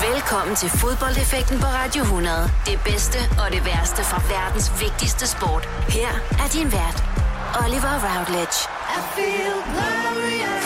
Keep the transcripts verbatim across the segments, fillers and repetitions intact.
Velkommen til Fodboldeffekten på Radio hundrede. Det bedste og det værste fra verdens vigtigste sport. Her er din vært, Oliver Routledge. I feel glorious,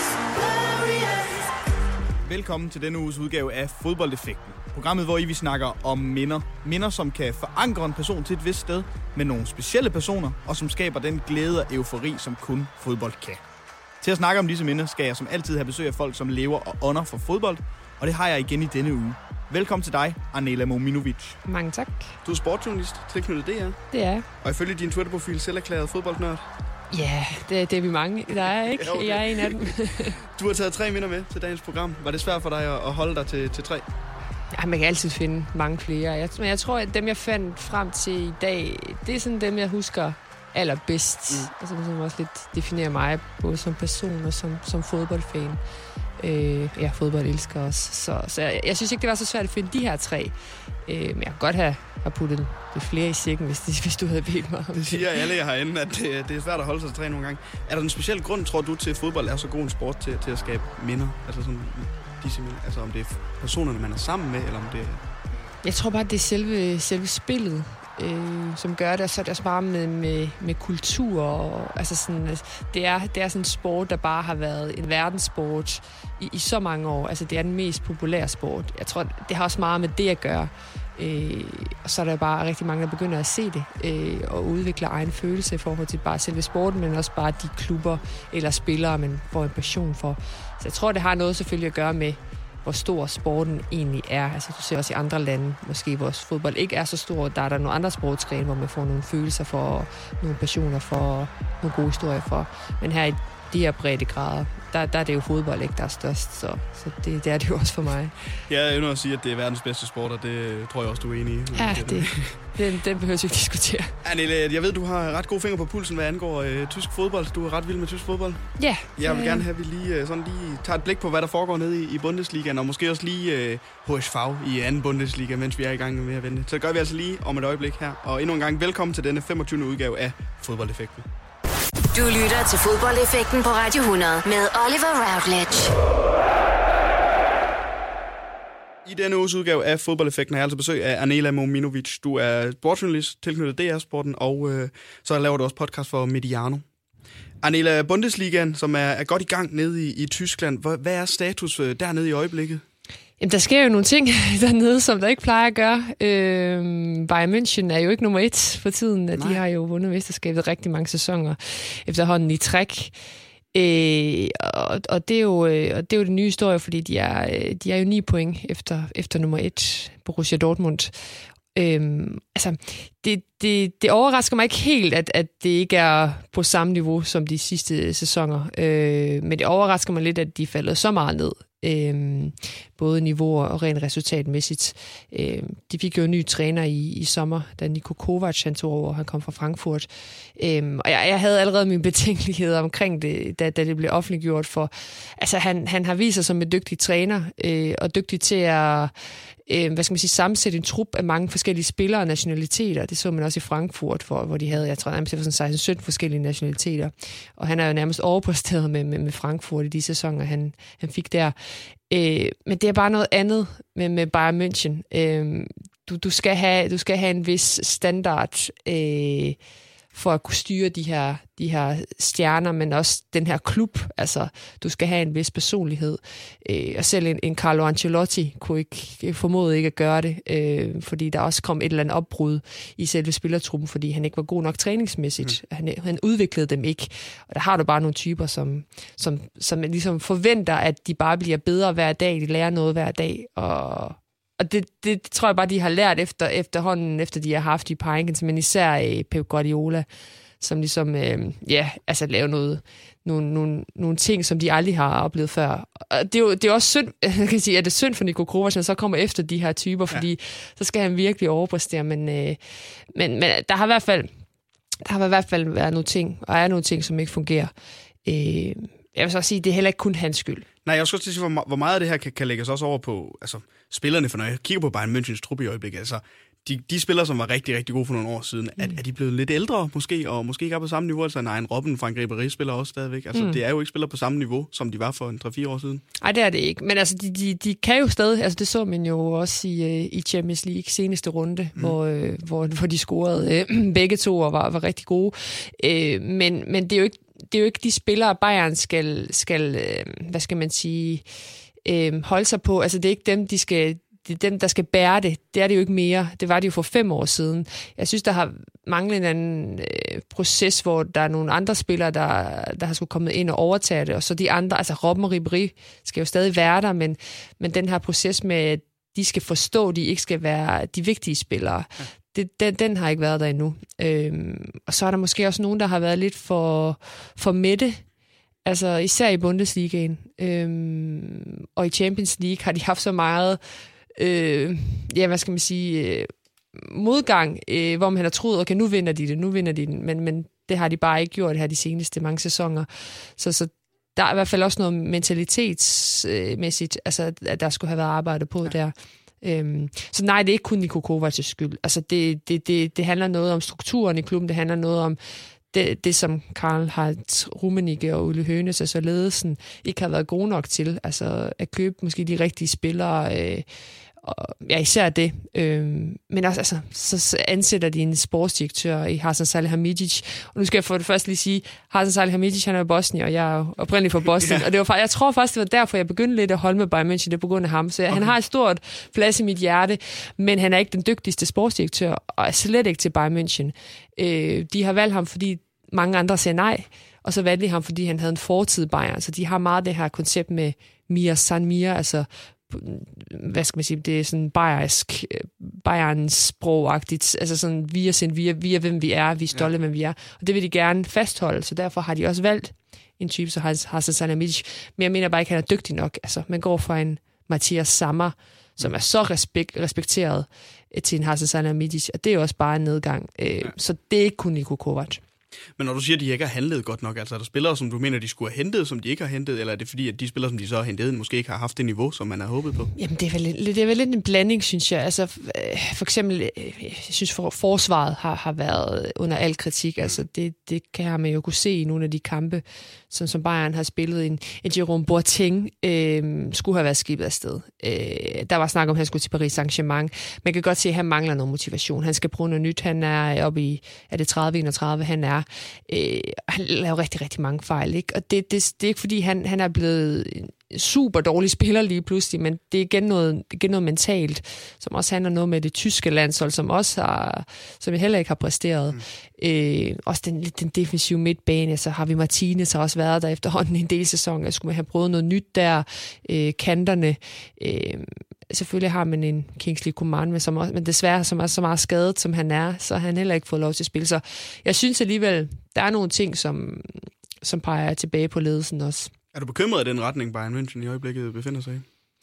glorious. Velkommen til denne uges udgave af Fodboldeffekten. Programmet, hvor I vi snakker om minder. Minder, som kan forankre en person til et vist sted med nogle specielle personer, og som skaber den glæde og eufori, som kun fodbold kan. Til at snakke om disse minder skal jeg som altid have besøg af folk, som lever og ånder for fodbold, og det har jeg igen i denne uge. Velkommen til dig, Arnela Mominovic. Mange tak. Du er sportsjournalist, tilknyttet D R. Det er. Og ifølge din Twitter-profil selv erklæret fodboldnørd. Ja, det, det er vi mange. Der er ikke. Ja, okay. Jeg er en af dem. Du har taget tre minder med til dagens program. Var det svært for dig at holde dig til, til tre? Ja, man kan altid finde mange flere. Jeg, men jeg tror, at dem, jeg fandt frem til i dag, det er sådan dem, jeg husker allerbedst. Mm. Og som også lidt definerer mig, både som person og som, som fodboldfan. Øh, ja, fodbold elsker også. Så, så jeg, jeg synes ikke, det var så svært at finde de her tre. Øh, men jeg kan godt have, have puttet lidt flere i sækken, hvis, det, hvis du havde bedt mig om det. siger alle herinde, at det, det er svært at holde sig til tre nogle gange. Er der en speciel grund, tror du, til at fodbold er så god en sport til, til at skabe minder? Altså, sådan, disse minder? Altså om det er personerne, man er sammen med, eller om det er... Jeg tror bare, det er selve, selve spillet. Øh, som gør det, og så er det også bare med, med, med kultur. Og, altså sådan, det, er, det er sådan en sport, der bare har været en verdenssport i, i så mange år. Altså det er den mest populære sport. Jeg tror, det har også meget med det at gøre. Øh, og så er der bare rigtig mange, der begynder at se det øh, og udvikle egen følelse i forhold til bare selve sporten, men også bare de klubber eller spillere, man får en passion for. Så jeg tror, det har noget selvfølgelig at gøre med hvor stor sporten egentlig er. Altså, du ser også i andre lande, måske vores fodbold ikke er så stor. Der er der nogle andre sportsgrene, hvor man får nogle følelser for, nogle passioner for, nogle gode historier for. Men her i de her brede grader, der, der er det jo fodbold, ikke, der er størst. Så, så det, det er det jo også for mig. Ja, jeg vil nok sige, at det er verdens bedste sport, og det tror jeg også, du er enig i. Ja, det, den, den behøver vi ikke diskutere. Annette, jeg ved, du har ret gode fingre på pulsen, hvad angår øh, tysk fodbold. Du er ret vild med tysk fodbold. Ja. Jeg vil gerne have, at vi lige, sådan lige tager et blik på, hvad der foregår nede i, i Bundesligaen, og måske også lige øh, H S V i anden Bundesliga, mens vi er i gang med at vente. Så det gør vi altså lige om et øjeblik her. Og endnu en gang velkommen til denne femogtyvende udgave af Fodboldeffekten. Du lytter til Fodboldeffekten på Radio hundrede med Oliver Routledge. I denne uges udgave af Fodboldeffekten har jeg altså besøg af Arnela Mominovic. Du er sportsjournalist tilknyttet D R-sporten, og øh, så laver du også podcast for Mediano. Arnela, Bundesligaen, som er, er godt i gang nede i, i Tyskland. Hvad er status øh, dernede i øjeblikket? Jamen, der sker jo nogle ting dernede, som der ikke plejer at gøre. Øh, Bayern München er jo ikke nummer et for tiden. Nej. De har jo vundet mesterskabet rigtig mange sæsoner efterhånden i træk. Øh, og, og, det er jo, og det er jo den nye historie, fordi de er, de er jo ni point efter, efter nummer et, Borussia Dortmund. Øhm, altså, det, det, det overrasker mig ikke helt, at, at det ikke er på samme niveau som de sidste sæsoner. Øh, men det overrasker mig lidt, at de falder så meget ned. Øhm, både niveau og rent resultatmæssigt. Øhm, de fik jo en ny træner i, i sommer, da Niko Kovac han tog over, han kom fra Frankfurt. Øhm, og jeg, jeg havde allerede mine betænkeligheder omkring det, da, da det blev offentliggjort. For, altså, han, han har vist sig som en dygtig træner, øh, og dygtig til at øh, hvad skal man sige, sammensætte en trup af mange forskellige spillere og nationaliteter. Det så man også i Frankfurt, hvor, hvor de havde, jeg tror, nærmest det var sådan seksten sytten forskellige nationaliteter. Og han er jo nærmest overpræsteret med, med, med Frankfurt i de sæsoner, han, han fik der. Øh, men det er bare noget andet med, med Bayern München. Øh, du, du, skal have, du skal have en vis standard øh, for at kunne styre de her, de her stjerner, men også den her klub. Altså, du skal have en vis personlighed. Øh, og selv en, en Carlo Ancelotti kunne ikke formode ikke at gøre det, øh, fordi der også kom et eller andet opbrud i selve spillertruppen, fordi han ikke var god nok træningsmæssigt. Mm. Han, han udviklede dem ikke. Og der har du bare nogle typer, som, som, som ligesom forventer, at de bare bliver bedre hver dag, de lærer noget hver dag, og Og det, det tror jeg bare, de har lært efter, efterhånden, efter de har haft i Peinkens, men især øh, Pep Guardiola, som ligesom, øh, ja, altså laver noget, nogle, nogle, nogle ting, som de aldrig har oplevet før. Og det er jo det er også synd, jeg kan sige, at det er synd for Niko Kovac, når så kommer efter de her typer, fordi ja. Så skal han virkelig overpræstere, men, øh, men, men der har i hvert fald, der har i hvert fald været nogle ting, og er nogle ting, som ikke fungerer. Øh, jeg vil så sige, det er heller ikke kun hans skyld. Nej, jeg skal også sige, hvor meget af det her kan, kan lægges også over på altså, spillerne, for når jeg kigger på Bayern Münchens truppe i øjeblikket, altså, de, de spillere, som var rigtig, rigtig gode for nogle år siden, mm. er, er de blevet lidt ældre måske, og måske ikke er på samme niveau? Altså, nej, en Robben fra en Ribéry spiller også stadigvæk. Altså, mm. det er jo ikke spillere på samme niveau, som de var for en tre fire år siden. Nej, det er det ikke. Men altså, de, de, de kan jo stadig, altså det så man jo også i, i Champions League seneste runde, mm. hvor, øh, hvor, hvor de scorede øh, begge to og var, var rigtig gode. Øh, men, men det er jo ikke, det er jo ikke de spillere, Bayern skal, skal øh, hvad skal man sige, øh, holde sig på. Altså, det er ikke dem, de skal... Det er dem, der skal bære det. Det er det jo ikke mere. Det var det jo for fem år siden. Jeg synes, der har manglet en anden øh, proces, hvor der er nogle andre spillere, der, der har skulle komme ind og overtage det. Og så de andre, altså Robben og Ribéry, skal jo stadig være der, men, men den her proces med, at de skal forstå, at de ikke skal være de vigtige spillere, ja. det, den, den har ikke været der endnu. Øhm, og så er der måske også nogen, der har været lidt for, for mætte. Altså især i Bundesligaen. Øhm, og i Champions League har de haft så meget... Øh, ja, hvad skal man sige, øh, modgang, øh, hvor man har troet, okay, nu vinder de det, nu vinder de det, men, men det har de bare ikke gjort her de seneste mange sæsoner. Så, så der er i hvert fald også noget mentalitetsmæssigt, altså, at der skulle have været arbejdet på ja. der. Øhm, så nej, det er ikke kun Niko Kovacs skyld. Altså, det, det, det, det handler noget om strukturen i klubben, det handler noget om det, det som Karl-Heinz Rummenigge og Uli Hoeneß, altså ledelsen, ikke har været gode nok til. Altså, at købe måske de rigtige spillere, øh, og, ja, især det. Øhm, men også, altså, så ansætter de en sportsdirektør i Hasan Salihamidzic. Og nu skal jeg for det første lige sige, Hasan Salihamidzic, han er jo bosnier, og jeg er jo oprindelig fra Bosnien. ja. Og det var, jeg tror faktisk, det var derfor, jeg begyndte lidt at holde med Bayern München, det er på grund af ham. Så okay. han har et stort plads i mit hjerte, men han er ikke den dygtigste sportsdirektør, og er slet ikke til Bayern München. Øh, de har valgt ham, fordi mange andre siger nej, og så valgte de ham, fordi han havde en fortid i Bayern. Så de har meget det her koncept med Mir San Mir, altså hvad skal man sige, det er sådan bayersk, Bayerns sprogagtigt, altså sådan, vi er sind, vi er, vi er, hvem vi er, vi er stolte, ja. hvem vi er, og det vil de gerne fastholde, så derfor har de også valgt en type, så Hasan Salihamidzic, men jeg mener bare ikke, han er dygtig nok, altså man går fra en Mathias Sammer, som er så respekt, respekteret til en Hasan Salihamidzic, og det er også bare en nedgang, ja. Så det er ikke kun Niko Kovac. Men når du siger, at de ikke har handlet godt nok, altså er der spillere, som du mener, de skulle have hentet, som de ikke har hentet, eller er det fordi, at de spillere, som de så har hentet, måske ikke har haft det niveau, som man har håbet på? Jamen, det er vel, det er vel lidt en blanding, synes jeg. Altså, for eksempel, jeg synes, for forsvaret har, har været under al kritik. Altså, det, det kan man jo kunne se i nogle af de kampe, som, som Bayern har spillet. En, en Jerome Boateng øh, skulle have været skibet afsted. Øh, der var snak om, at han skulle til Paris Saint-Germain. Man kan godt se, at han mangler noget motivation. Han skal prøve noget nyt. Han er oppe i, er det tredive enogtredive, han er. Øh, han laver rigtig, rigtig mange fejl, ikke? Og det, det, det er ikke, fordi han, han er blevet en super dårlig spiller lige pludselig, men det er igen noget, igen noget mentalt, som også handler noget med det tyske landshold, som også har, som jeg heller ikke har præsteret. Mm. Øh, også den, den defensive midtbane, så har vi Martinez har også været der efterhånden en del sæsoner. Skulle man have prøvet noget nyt der, øh, kanterne. Øh, selvfølgelig har man en Kingsley Coman, men, som også, men desværre som er så meget skadet, som han er, så har han heller ikke fået lov til at spille. Så jeg synes alligevel, der er nogle ting, som, som peger tilbage på ledelsen også. Er du bekymret af den retning, Bayern München i øjeblikket befinder sig i?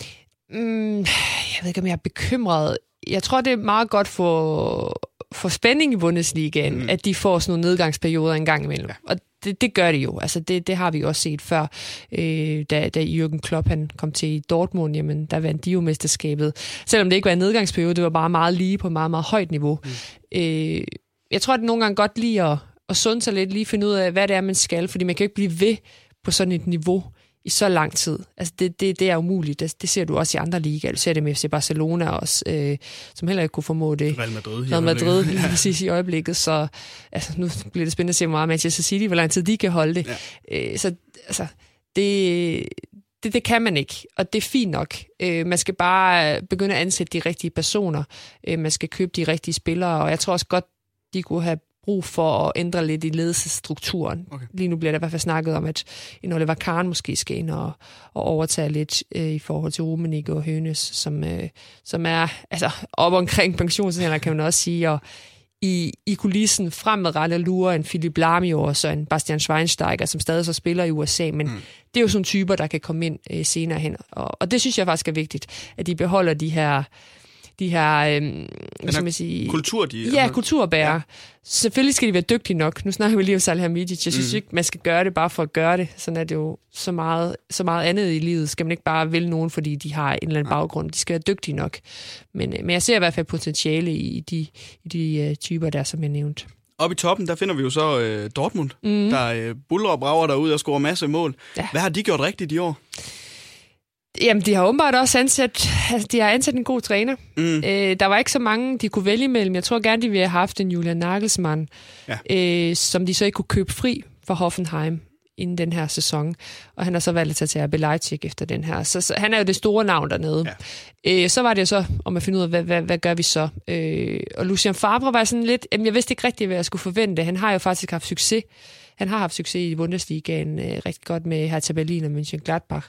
Mm, jeg ved ikke, om jeg er bekymret. Jeg tror, det er meget godt for, for spænding i Bundesligaen, mm. at de får sådan nogle nedgangsperioder en gang imellem. Ja. Og det, det gør de jo. Altså, det, det har vi også set før. Øh, da, da Jürgen Klopp han kom til Dortmund, jamen, der vandt de jo mesterskabet. Selvom det ikke var en nedgangsperiode, det var bare meget lige på et meget, meget højt niveau. Mm. Øh, jeg tror, at det nogle gange godt lige at, at sunde sig lidt, lige finde ud af, hvad det er, man skal, fordi man kan jo ikke blive ved på sådan et niveau i så lang tid. Altså, det, det, det er umuligt. Det, det ser du også i andre ligaer. Du ser det med F C Barcelona også, øh, som heller ikke kunne formå det. Real Madrid. Real Madrid, lige præcis i øjeblikket. Så altså, nu bliver det spændende at se, hvor meget Manchester City, hvor lang tid de kan holde det. Ja. Øh, så altså, det, det, det kan man ikke, og det er fint nok. Øh, man skal bare begynde at ansætte de rigtige personer. Øh, man skal købe de rigtige spillere, og jeg tror også godt, de kunne have brug for at ændre lidt i ledelsesstrukturen. Okay. Lige nu bliver der i hvert fald snakket om, at en Oliver Kahn måske skal ind og, og overtage lidt øh, i forhold til Rummenigge og Hoeneß, som, øh, som er altså, op omkring pensionsalderen, kan man også sige, og i, i kulissen fremadrettet lurer en Philipp Lahm og så en Bastian Schweinsteiger, som stadig så spiller i U S A, men mm. det er jo sådan typer, der kan komme ind øh, senere hen, og, og det synes jeg faktisk er vigtigt, at de beholder de her de her, øh, hvad skal man sige... kultur, de... Ja, altså, kulturbærer. Ja. Selvfølgelig skal de være dygtige nok. Nu snakker vi lige om Salihamidzic. Jeg synes mm. ikke, man skal gøre det bare for at gøre det. Sådan er det jo så meget, så meget andet i livet. Skal man ikke bare vælge nogen, fordi de har en eller anden baggrund. De skal være dygtige nok. Men, men jeg ser i hvert fald potentiale i de, i de uh, typer der, som jeg nævnte. Oppe i toppen, der finder vi jo så øh, Dortmund, mm. der øh, buller og brager derude og scorer masser af mål. Ja. Hvad har de gjort rigtigt i år? Jamen, de har åbenbart også ansat, altså, de har ansat en god træner. Mm. Øh, der var ikke så mange, de kunne vælge imellem. Jeg tror gerne, de ville have haft en Julian Nagelsmann, ja. øh, som de så ikke kunne købe fri for Hoffenheim inden den her sæson. Og han har så valgt at tage til R B Leipzig efter den her. Så, så han er jo det store navn dernede. Ja. Øh, så var det jo så, om at finde ud af, hvad, hvad, hvad gør vi så? Øh, og Lucien Favre var sådan lidt, jamen, jeg vidste ikke rigtigt, hvad jeg skulle forvente. Han har jo faktisk haft succes. Han har haft succes i Bundesligaen øh, rigtig godt med Hertha Berlin og Mönchengladbach.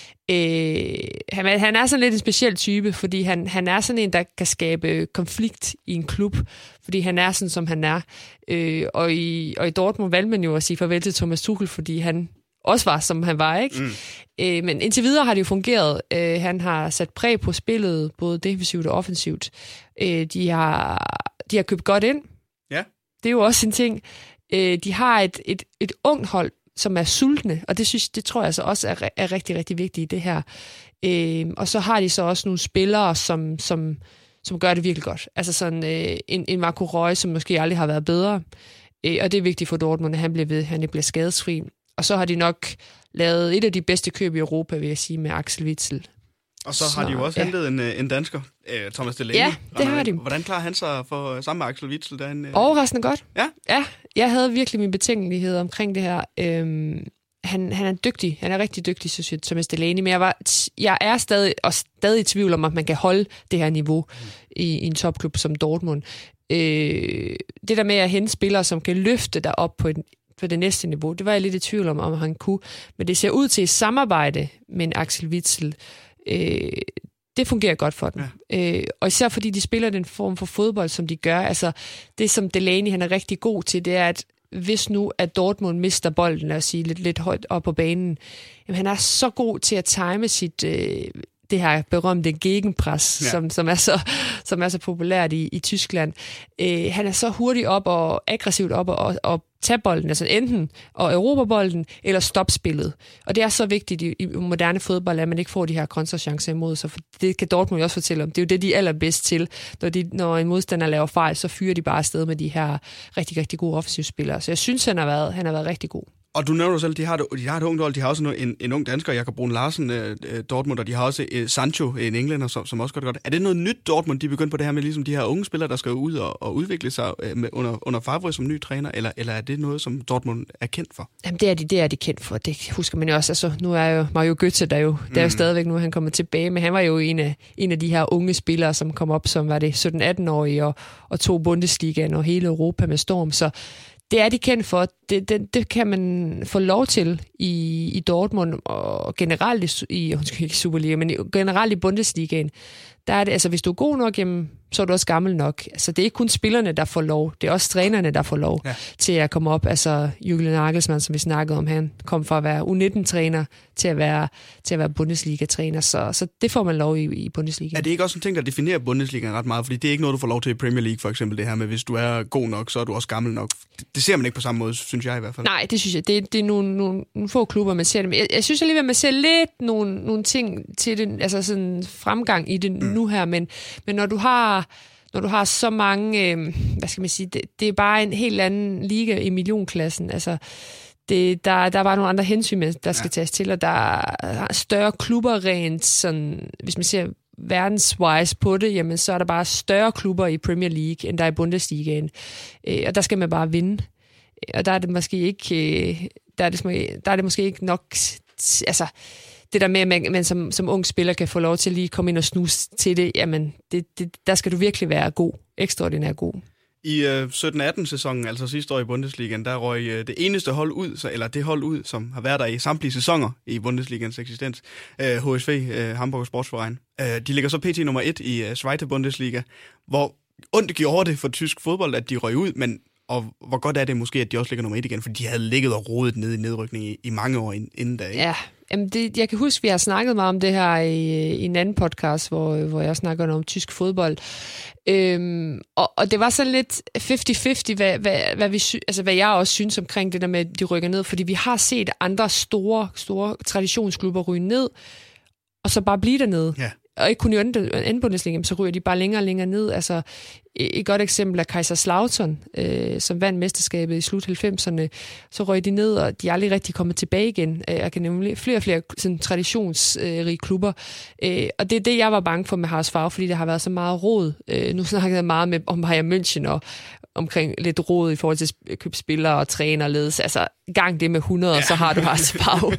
Øh, han, han er sådan lidt en speciel type, fordi han, han er sådan en, der kan skabe konflikt i en klub, fordi han er sådan, som han er. Øh, og, i, og i Dortmund valgte man jo at sige farvel til Thomas Tuchel, fordi han også var, som han var, ikke? Mm. Øh, men indtil videre har det jo fungeret. Øh, han har sat præg på spillet, både defensivt og offensivt. Øh, de, har, de har købt godt ind. Ja. Det er jo også en ting. Øh, de har et, et, et ungt hold, som er sultne, og det synes det tror jeg så også er, er rigtig, rigtig vigtigt i det her. Øh, og så har de så også nogle spillere, som, som, som gør det virkelig godt. Altså sådan øh, en, en Marco Reus, som måske aldrig har været bedre. Øh, og det er vigtigt for Dortmund, at han bliver ved, han bliver skadesfri. Og så har de nok lavet et af de bedste køb i Europa, vil jeg sige, med Axel Witsel. Og så, så har de jo også ja. hentet en, en dansker, Thomas Delaney. Ja, det har de. Hvordan klarer han sig for sammen med Axel Witsel? Der overraskende godt. Ja? Ja, jeg havde virkelig min betænkelighed omkring det her. Øhm, han, han er dygtig. Han er rigtig dygtig, synes jeg, Thomas Delaney. Men jeg, var, jeg er stadig, og stadig i tvivl om, at man kan holde det her niveau mm. i, i en topklub som Dortmund. Øh, det der med at hente spillere, som kan løfte dig op på, en, på det næste niveau, det var jeg lidt i tvivl om, om han kunne. Men det ser ud til et samarbejde med en Axel Witsel. Øh, det fungerer godt for dem. Ja. Øh, og især fordi de spiller den form for fodbold, som de gør. Altså, det som Delaney han er rigtig god til, det er, at hvis nu at Dortmund mister bolden, lad os sige, lidt, lidt højt op på banen, jamen, han er så god til at time sit... Øh, det her berømte gegenpres, ja. som, som, er så, som er så populært i, i Tyskland. Øh, han er så hurtigt op og aggressivt op og, og tage bolden, altså enten og Europabolden eller stopspillet. Og det er så vigtigt i, i moderne fodbold, at man ikke får de her kontrachancer imod sig, for det kan Dortmund jo også fortælle om. Det er jo det, de er allerbedst til. Når, de, når en modstander laver fejl, så fyrer de bare afsted med de her rigtig, rigtig gode offensivspillere. Så jeg synes, han har været, han har været rigtig god. Og du nævner jo selv, de har, de har et ungt hold, de har også en, en ung dansker, Jakob Brun Larsen, øh, Dortmund, og de har også øh, Sancho, en englænder, som, som også gør det godt. Er det noget nyt Dortmund, de begyndte på det her med ligesom de her unge spillere, der skal ud og, og udvikle sig øh, med, under, under Favre som ny træner, eller, eller er det noget, som Dortmund er kendt for? Jamen det er de, det er de kendt for, det husker man jo også. Altså, nu er jo Mario Götze, der jo, der er jo stadigvæk nu, han kommer tilbage, men han var jo en af, en af de her unge spillere, som kom op, som var det sytten-atten-årige, og, og tog Bundesligaen og hele Europa med storm, så det er de kendt for. Det, det, det kan man få lov til i, i Dortmund og generelt i, i ikke Superliga, men generelt i Bundesligaen. Der er det, altså hvis du er god nok, jamen, så er du også gammel nok. Altså det er ikke kun spillerne, der får lov. Det er også trænerne, der får lov ja. til at komme op. Altså Julian Nagelsmann, som vi snakkede om, han kom fra at være U nitten-træner til at være, til at være Bundesliga-træner. Så, så det får man lov i, i Bundesliga. Er det ikke også en ting, der definerer Bundesligaen ret meget? Fordi det er ikke noget, du får lov til i Premier League, for eksempel det her med, hvis du er god nok, så er du også gammel nok. Det, det ser man ikke på samme måde, synes jeg i hvert fald. Nej, det synes jeg. Det, det er nogle, nogle, nogle få klubber, man ser det. Jeg, jeg synes alligevel, at man ser lidt nogle, nogle ting til den, altså sådan fremgang i det mm. nu her, men, men når du har... Når du har så mange, øh, hvad skal man sige, det, det er bare en helt anden liga i millionklassen. Altså, det, der, der er bare nogle andre hensyn, der skal ja. tages til, og der er større klubber rent, sådan, hvis man ser verdenswise på det, jamen så er der bare større klubber i Premier League, end der er i Bundesligaen. Øh, og der skal man bare vinde. Og der er det måske ikke, øh, der er det, der er det måske ikke nok, altså... Det der med, at man, man som, som ung spiller kan få lov til at lige komme ind og snuse til det, jamen, det, det, der skal du virkelig være god. Ekstraordinært god. I øh, sytten-atten-sæsonen, altså sidste år i Bundesligaen, der røg øh, det eneste hold ud, så, eller det hold ud, som har været der i samtlige sæsoner i Bundesligaens eksistens, øh, H S V, øh, Hamburg Sportsverein. Øh, de ligger så pt. nummer et i øh, Zweite Bundesliga, hvor ondt gjorde det for tysk fodbold, at de røg ud, men og hvor godt er det måske, at de også ligger nummer et igen, fordi de havde ligget og rodet ned i nedrykning i, i mange år inden da. Ikke? Ja, jamen det, jeg kan huske, at vi har snakket meget om det her i, i en anden podcast, hvor, hvor jeg snakker om tysk fodbold. Øhm, og, og det var så lidt halvtreds halvtreds, hvad, hvad, hvad, vi sy- altså, hvad jeg også synes omkring det der med, at de rykker ned, fordi vi har set andre store, store traditionsklubber ryge ned, og så bare blive dernede. Ja. Og ikke kun i anden Bundesliga, så ryger de bare længere og længere ned. Altså, et godt eksempel er Kaiserslautern, øh, som vandt mesterskabet i slut halvfemserne. Så røg de ned, og de er aldrig rigtig kommet tilbage igen. Jeg kan nemlig flere og flere sådan, traditionsrige klubber. Øh, og det er det, jeg var bange for med H S V, fordi der har været så meget rod. Øh, nu snakker jeg meget med, om Bayern München og omkring lidt rod i forhold til at købe spillere og træner og ledelse. Altså, gang det med hundrede, ja. Så har du H S V.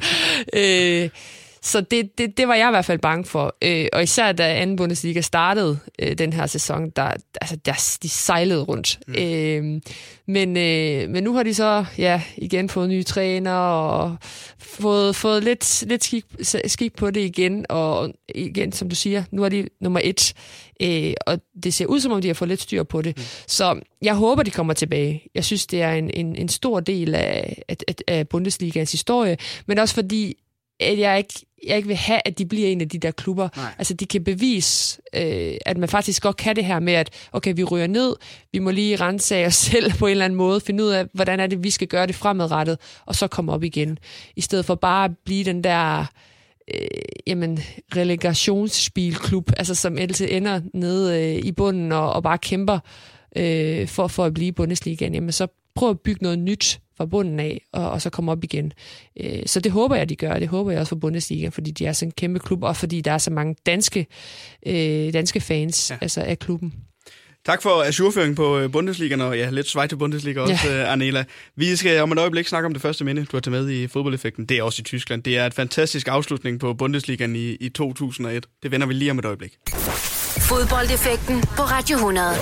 øh, Så det, det, det var jeg i hvert fald bange for. Øh, og især da anden Bundesliga startede øh, den her sæson, der, altså, der, de sejlede rundt. Mm. Øh, men, øh, men nu har de så ja, igen fået nye træner og fået, fået lidt, lidt skik, skik på det igen. Og igen, som du siger, nu er de nummer et. Øh, og det ser ud, som om de har fået lidt styr på det. Mm. Så jeg håber, de kommer tilbage. Jeg synes, det er en, en, en stor del af, af, af Bundesligaens historie. Men også fordi, at jeg ikke, jeg ikke vil have, at de bliver en af de der klubber. Nej. Altså, de kan bevise, øh, at man faktisk godt kan det her med, at okay, vi ryger ned, vi må lige rensage os selv på en eller anden måde, finde ud af, hvordan er det, vi skal gøre det fremadrettet, og så komme op igen. I stedet for bare at blive den der øh, jamen, relegationsspilklub, altså som altid ender nede øh, i bunden og, og bare kæmper øh, for, for at blive i Bundesligaen. Jamen, så prøv at bygge noget nyt fra bunden af, og, og så komme op igen. Øh, så det håber jeg, de gør. Det håber jeg også for Bundesliga, fordi de er sådan en kæmpe klub, og fordi der er så mange danske, øh, danske fans ja. altså af klubben. Tak for ajourføring på Bundesligaen, og ja, lidt svej til Bundesliga også, ja. Arnela. Vi skal om et øjeblik snakke om det første minde, du har taget med i fodboldeffekten. Det er også i Tyskland. Det er et fantastisk afslutning på Bundesligaen i, i to tusind og et. Det vender vi lige om et øjeblik. Fodboldeffekten på Radio hundrede.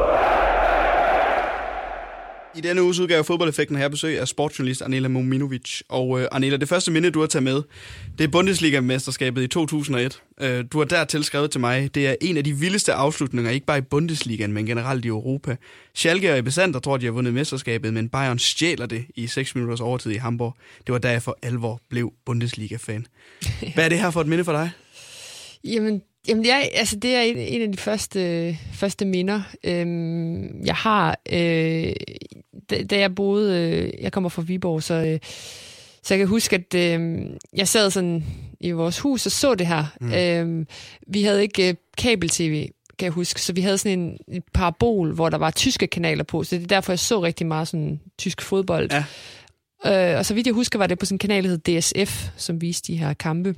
I denne uges udgave af Fodboldeffekten her besøg af sportsjournalist Arnela Mominovic. Og uh, Arnela, det første minde, du har taget med, det er Bundesliga-mesterskabet i to tusind og et. Uh, du har dertil skrevet til mig, det er en af de vildeste afslutninger, ikke bare i Bundesligaen, men generelt i Europa. Schalke og Ebbe Sander tror, de har vundet mesterskabet, men Bayern stjæler det i seks minutters overtid i Hamburg. Det var der, jeg for alvor blev Bundesliga-fan. Hvad er det her for et minde for dig? Jamen, Jamen, jeg, altså, det er en, en af de første, første minder. Øhm, jeg har, øh, da, da jeg boede, øh, jeg kommer fra Viborg, så, øh, så jeg kan huske, at øh, jeg sad sådan i vores hus og så det her. Mm. Øhm, vi havde ikke øh, kabel-tv, kan jeg huske, så vi havde sådan en, en parabol, hvor der var tyske kanaler på, så det er derfor, jeg så rigtig meget sådan tysk fodbold. Ja. Øh, og så vidt jeg husker, var det på sådan en kanal, der hed D S F, som viste de her kampe.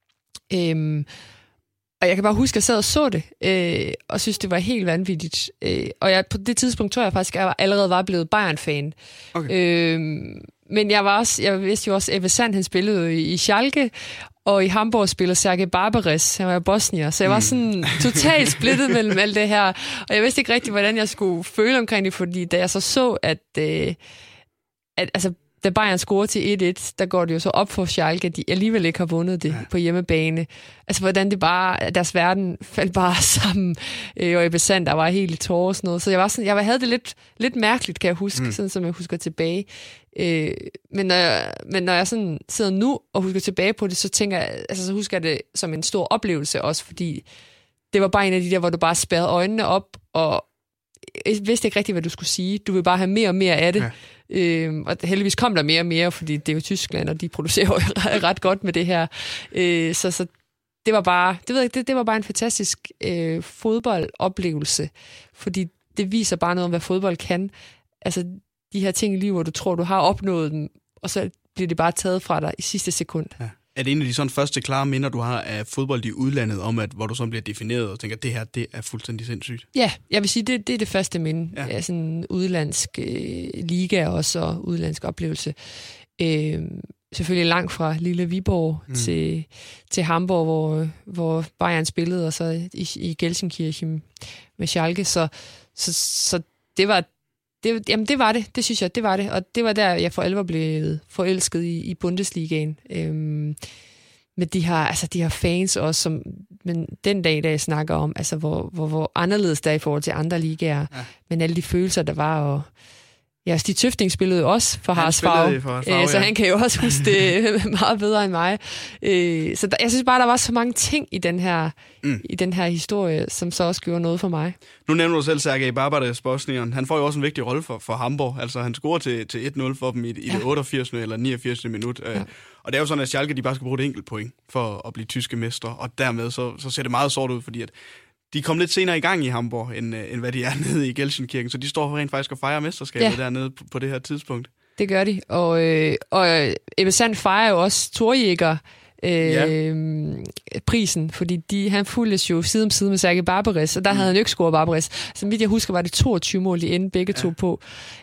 Øhm, Og jeg kan bare huske, at jeg sad og så det, øh, og synes, det var helt vanvittigt. Øh, og jeg, på det tidspunkt tror jeg faktisk, at jeg allerede var blevet Bayern-fan. Okay. Øh, men jeg var også, jeg vidste jo også, at Ebbe Sand, han spillede i, i Schalke, og i Hamburg spiller Sergej Barbares, han var bosnier. Så jeg var sådan totalt splittet mellem alt det her. Og jeg vidste ikke rigtig, hvordan jeg skulle føle omkring det, fordi da jeg så så, at, øh, at altså, da Bayern scorer til et et, der går det jo så op for Schalke, at de alligevel ikke har vundet det ja. på hjemmebane. Altså, hvordan det bare, deres verden faldt bare sammen, øh, og Ebbe Sand, der var helt i tårer og sådan noget. Så jeg, var sådan, jeg havde det lidt, lidt mærkeligt, kan jeg huske, mm. sådan som jeg husker tilbage. Øh, men, når jeg, men når jeg sådan sidder nu og husker tilbage på det, så tænker jeg, altså, så husker jeg det som en stor oplevelse også, fordi det var bare en af de der, hvor du bare spærrede øjnene op, og jeg vidste ikke rigtigt, hvad du skulle sige. Du vil bare have mere og mere af det. Ja. Øhm, og heldigvis kom der mere og mere, fordi det er jo Tyskland, og de producerer jo ret godt med det her. Øh, så, så det var bare, det ved jeg, det, det var bare en fantastisk øh, fodboldoplevelse, fordi det viser bare noget om, hvad fodbold kan. Altså de her ting i livet, hvor du tror, du har opnået dem, og så bliver det bare taget fra dig i sidste sekund. Ja. Er det en af de sådan første klare minder, du har af fodbold i udlandet, om at hvor du så bliver defineret og tænker, at det her, det er fuldstændig sindssygt? Ja, jeg vil sige, det, det er det første minde. Ja. Ja, sådan en udlandsk øh, liga også, og udlandsk oplevelse. Øh, selvfølgelig langt fra lille Viborg mm. til, til Hamburg, hvor, hvor Bayern spillede, og så i, i Gelsenkirchen med Schalke. Så, så, så det var Det, jamen det var det, det synes jeg, det var det. Og det var der, jeg for alvor blev forelsket i, i Bundesligaen. Øhm, med de her, altså de her fans også, som, men den dag, da jeg snakker om, altså hvor, hvor, hvor anderledes der er i forhold til andre ligaer, ja. Men alle de følelser, der var, og Ja, Stig Tøfting spillede jo også for Harsfarve, øh, så han kan jo også huske det meget bedre end mig. Øh, så der, jeg synes bare, der var så mange ting i den her, mm. i den her historie, som så også gjorde noget for mig. Nu nævner du selv Sergej Barbares, bosnieren. Han får jo også en vigtig rolle for, for Hamburg. Altså, han scorer til, til et nul for dem i, i ja. det otteogfirsende eller niogfirsende minut. Ja. Og det er jo sådan, at Schalke de bare skal bruge et enkelt point for at blive tyske mestre. Og dermed så, så ser det meget sort ud, fordi at de kom lidt senere i gang i Hamburg, end, end hvad de er nede i Gelsenkirchen. Så de står rent faktisk og fejrer mesterskabet ja. dernede på, på det her tidspunkt. Det gør de. Og, øh, og Ebbe Sand fejrer jo også Torjæger øh, ja. prisen, fordi de, han fulgtes jo side om side med Sergej Barbares, og der mm. havde han jo ikke scoret Barbares. Så vidt jeg husker, var det toogtyve mål, de endte begge ja. to på.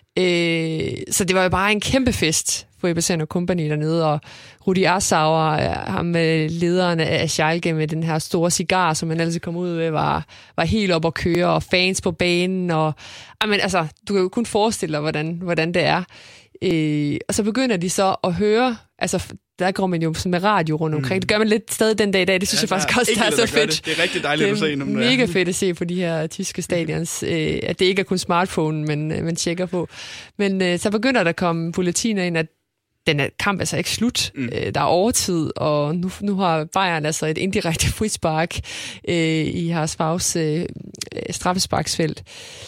Øh, så det var jo bare en kæmpe fest for Ebbe Sand og company dernede, og Rudi Assauer, ham lederen af Schalke med den her store cigar, som han altid kom ud med, var, var helt op at køre, og fans på banen, og amen, altså, du kan jo kun forestille dig, hvordan, hvordan det er. Øh, og så begynder de så at høre, altså der går man jo sådan med radio rundt omkring. Mm. Det gør man lidt stadig den dag i dag. Det synes ja, jeg faktisk også, der er så fedt. Det. det er rigtig dejligt det at se. Når det er mega fedt at se på de her tyske stadions. Øh, at det ikke er kun smartphone, men man tjekker på. Men øh, så begynder der at komme bulletiner ind, at den kamp er altså ikke slut. Mm. Øh, der er overtid, og nu, nu har Bayern altså et indirekte frispark øh, i Harsfarves øh, straffesparksfelt.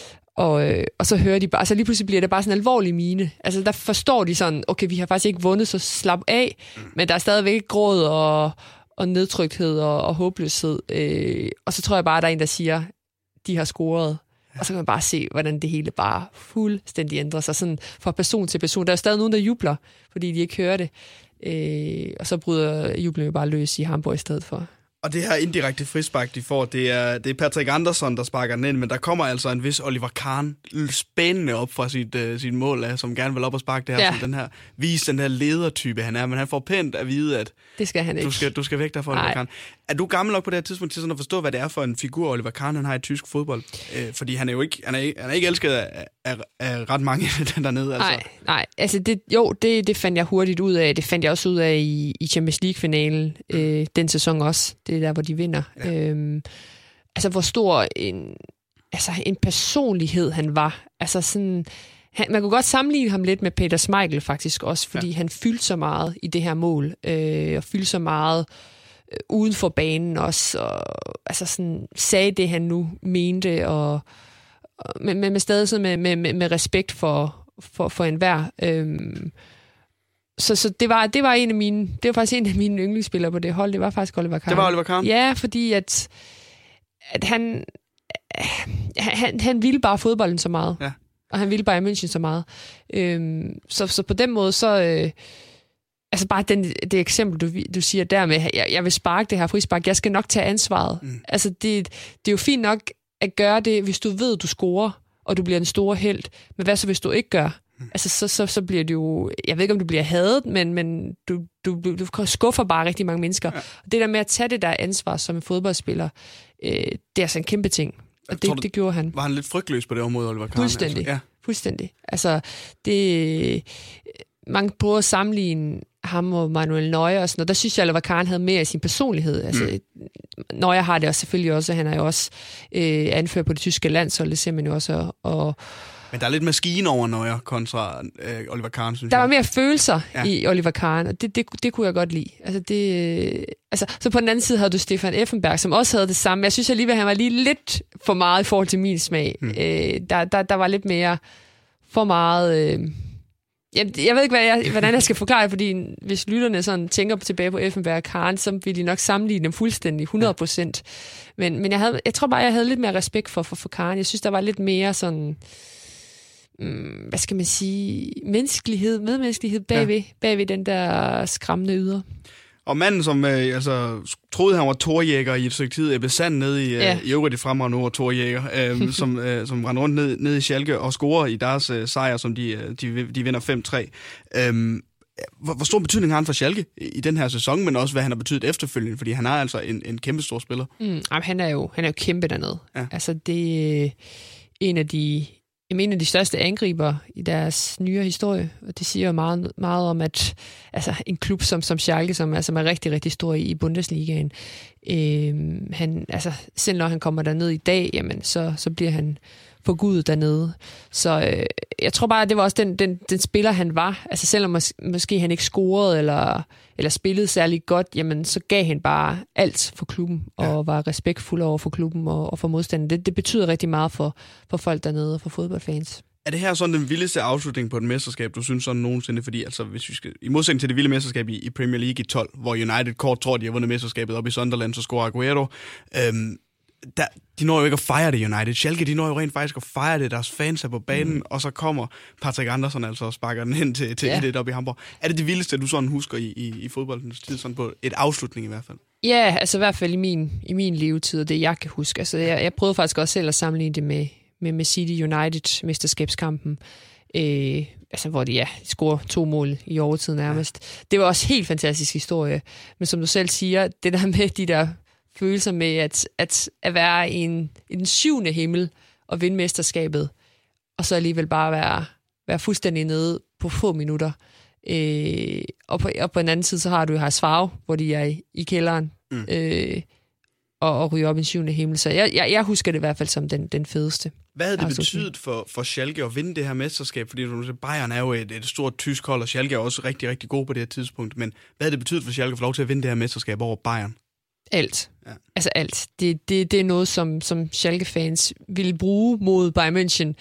Og, øh, og så hører de bare, altså lige pludselig bliver det bare sådan en alvorlig mine. Altså der forstår de sådan, okay, vi har faktisk ikke vundet, så slap af, mm. men der er stadigvæk gråd og, og nedtrykthed og, og håbløshed. Øh, og så tror jeg bare, der er en, der siger, de har scoret. Ja. Og så kan man bare se, hvordan det hele bare fuldstændig ændrer sig, sådan fra person til person. Der er stadig nogen, der jubler, fordi de ikke hører det. Øh, og så bryder jublen jo bare løs i Hamburg i stedet for. Og det her indirekte frispark, de får, det er, det er Patrick Andersson, der sparker den ind, men der kommer altså en vis Oliver Kahn spændende op fra sit, uh, sit mål, af, som gerne vil op og sparke det her, ja. som den her, vise den her ledertype, han er, men han får pænt at vide, at det skal han ikke. Du skal, du skal væk derfra, Oliver Kahn. Er du gammel nok på det her tidspunkt til sådan at forstå, hvad det er for en figur, Oliver Kahn han har i tysk fodbold? Øh, fordi han er jo ikke, han er ikke, han er ikke elsket af, af, af ret mange dernede. Altså. Nej, nej. Altså det, jo, det, det fandt jeg hurtigt ud af. Det fandt jeg også ud af i, i Champions League-finalen øh, den sæson også. Det er der, hvor de vinder. Ja. Øhm, altså hvor stor en, altså, en personlighed han var. Altså sådan... Han, man kunne godt sammenligne ham lidt med Peter Schmeichel faktisk også, fordi ja. han fyldte så meget i det her mål, øh, og fyldte så meget øh, uden for banen også, og altså sådan, sagde det, han nu mente, og, og med, med, med stadig sådan med, med, med respekt for, for, for enhver. Øhm, så så det, var, det var en af mine, det var faktisk en af mine yndlingsspillere på det hold, det var faktisk Oliver Kahn. Det var Oliver Kahn? Ja, fordi at, at han, han, han ville bare fodbolden så meget. Ja. Og han ville Bayern München så meget. Øhm, så, så på den måde, så... Øh, altså bare den, det eksempel, du, du siger der med, jeg, jeg vil sparke det her frispark, jeg skal nok tage ansvaret. Mm. Altså det, det er jo fint nok at gøre det, hvis du ved, du scorer, og du bliver en stor helt. Men hvad så, hvis du ikke gør? Mm. Altså så, så, så bliver det jo... Jeg ved ikke, om du bliver hadet, men, men du, du, du skuffer bare rigtig mange mennesker. Ja. Og det der med at tage det der ansvar som en fodboldspiller, øh, det er altså en kæmpe ting. Og det, tror, det gjorde han. Var han lidt frygtløs på det område, Oliver Kahn? Fuldstændig. Altså, ja. Fuldstændig. Altså, det... Mange prøver at sammenligne ham og Manuel Neuer og sådan noget. Der synes jeg, at Oliver Kahn havde mere i sin personlighed. Altså, mm. Neuer har det også selvfølgelig også. Han er jo også øh, anført på det tyske landshold, det ser man jo også. Og, Men der er lidt maskine over Neuer kontra øh, Oliver Kahn, synes der jeg. Der var mere følelser ja. i Oliver Kahn, og det, det, det kunne jeg godt lide. Altså, det, altså, så på den anden side havde du Stefan Effenberg, som også havde det samme. Jeg synes alligevel, at han var lige lidt for meget i forhold til min smag. Mm. Øh, der, der, der var lidt mere for meget... Øh, Jeg, jeg ved ikke, hvad jeg, hvordan jeg skal forklare, fordi hvis lytterne sådan tænker tilbage på Effenberg og Kahn, så vil de nok sammenligne dem fuldstændig, hundrede procent. Men, men jeg, havde, jeg tror bare, jeg havde lidt mere respekt for, for, for Kahn. Jeg synes, der var lidt mere sådan, mm, hvad skal man sige, menneskelighed, medmenneskelighed bagved, ja. bagved den der skræmmende yder. Og manden, som øh, altså, troede, han var torjæger i et stykke tid, Ebbe Sand nede i, ja. øh, i øvrigt i fremragende ord, torjæger, øh, som, øh, som rendte rundt ned, ned i Schalke og scorer i deres øh, sejr, som de, de, de vinder fem tre. Øh, hvor, hvor stor betydning har han for Schalke i den her sæson, men også hvad han har betydet efterfølgende, fordi han er altså en, en kæmpe stor spiller. Mm, han er jo han er jo kæmpe dernede. Ja. Altså, det er en af de... en af de største angriber i deres nyere historie, og det siger jo meget, meget om, at altså, en klub som, som Schalke, som, altså, er rigtig, rigtig stor i, i Bundesligaen, øh, han, altså, selv når han kommer derned i dag, jamen, så, så bliver han forgudet dernede. Så øh, jeg tror bare, at det var også den, den, den spiller, han var. Altså selvom mås- måske han ikke scorede eller, eller spillede særlig godt, jamen så gav han bare alt for klubben, ja. og var respektfuld over for klubben og, og for modstanden. Det, det betyder rigtig meget for, for folk dernede og for fodboldfans. Er det her sådan den vildeste afslutning på et mesterskab, du synes sådan nogensinde? Fordi altså, hvis vi skal, i modsætning til det vilde mesterskab i, i Premier League i tolv, hvor United kort tror, de har vundet mesterskabet op i Sunderland, så scorer Aguero. Øhm, der, de når jo ikke at fejre det, United. Schalke, de når jo rent faktisk at fejre det. Deres fans er på banen, mm. og så kommer Patrick Andersen altså og sparker den hen til, til ja. et op i Hamburg. Er det det vildeste, du sådan husker i, i, i fodboldens tid, sådan på et afslutning i hvert fald? Ja, altså i hvert fald i min, i min levetid, og det jeg kan huske. Altså, jeg, jeg prøvede faktisk også selv at sammenligne det med med, med City United-mesterskabskampen, øh, altså hvor de ja, scorer to mål i overtid nærmest. Ja. Det var også helt fantastisk historie. Men som du selv siger, det der med de der følelser med at, at, at være i, en, i den syvende himmel og vinde mesterskabet, og så alligevel bare være, være fuldstændig nede på få minutter. Øh, og, på, og på en anden side, så har du jo Harsfag, hvor de er i, i kælderen, mm. øh, og, og ryger op i en syvende himmel. Så jeg, jeg, jeg husker det i hvert fald som den, den fedeste. Hvad havde det betydet for, for Schalke at vinde det her mesterskab? Fordi Bayern er jo et, et stort tysk hold, og Schalke er også rigtig, rigtig god på det her tidspunkt. Men hvad havde det betydet for Schalke at få lov til at vinde det her mesterskab over Bayern? Alt. Ja. Altså alt. Det, det, det er noget, som, som Schalke-fans ville bruge mod Bayern München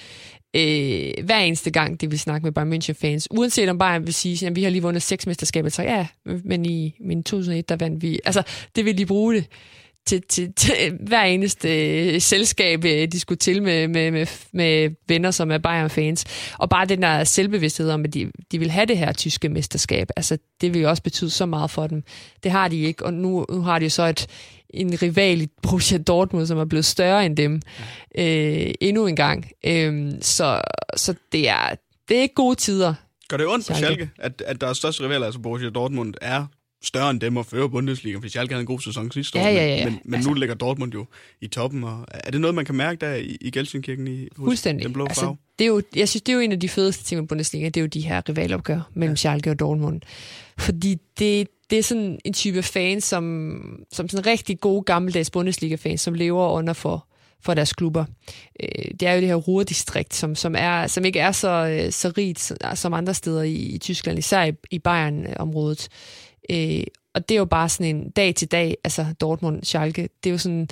øh, hver eneste gang, de vil snakke med Bayern München-fans. Uanset om Bayern vil sige, at vi har lige vundet seks mesterskaber, så ja, men i min to tusind og et, der vandt vi. Altså, det vil de bruge det. Til, til, til hver eneste øh, selskab, øh, de skulle til med, med, med, med venner, som er Bayern-fans. Og bare den der selvbevidsthed om, at de, de vil have det her tyske mesterskab, altså det vil jo også betyde så meget for dem. Det har de ikke, og nu, nu har de jo så et, en rival i Borussia Dortmund, som er blevet større end dem øh, endnu en gang. Øh, så så det, er, det er ikke gode tider. Gør det ondt på Schalke, at, at der er største rivaler, altså Borussia Dortmund, er større end dem og fører Bundesliga, for Schalke havde en god sæson sidste år, ja, ja, ja. men, men altså, nu ligger Dortmund jo i toppen. Og er det noget, man kan mærke der i, i Gelsenkirchen i fuldstændig. Den blå farve? Altså, det er jo, jeg synes, det er jo en af de fedeste ting med Bundesliga, det er jo de her rivalopgør mellem ja. Schalke og Dortmund. Fordi det, det er sådan en type fans, som, som sådan rigtig gode gammeldags Bundesliga-fans, som lever under for, for deres klubber. Det er jo det her Ruhrdistrikt, som, som, er, som ikke er så, så rigt som andre steder i, i Tyskland, især i, i Bayern-området. Øh, og det er jo bare sådan en dag til dag, altså Dortmund, Schalke, det er jo sådan,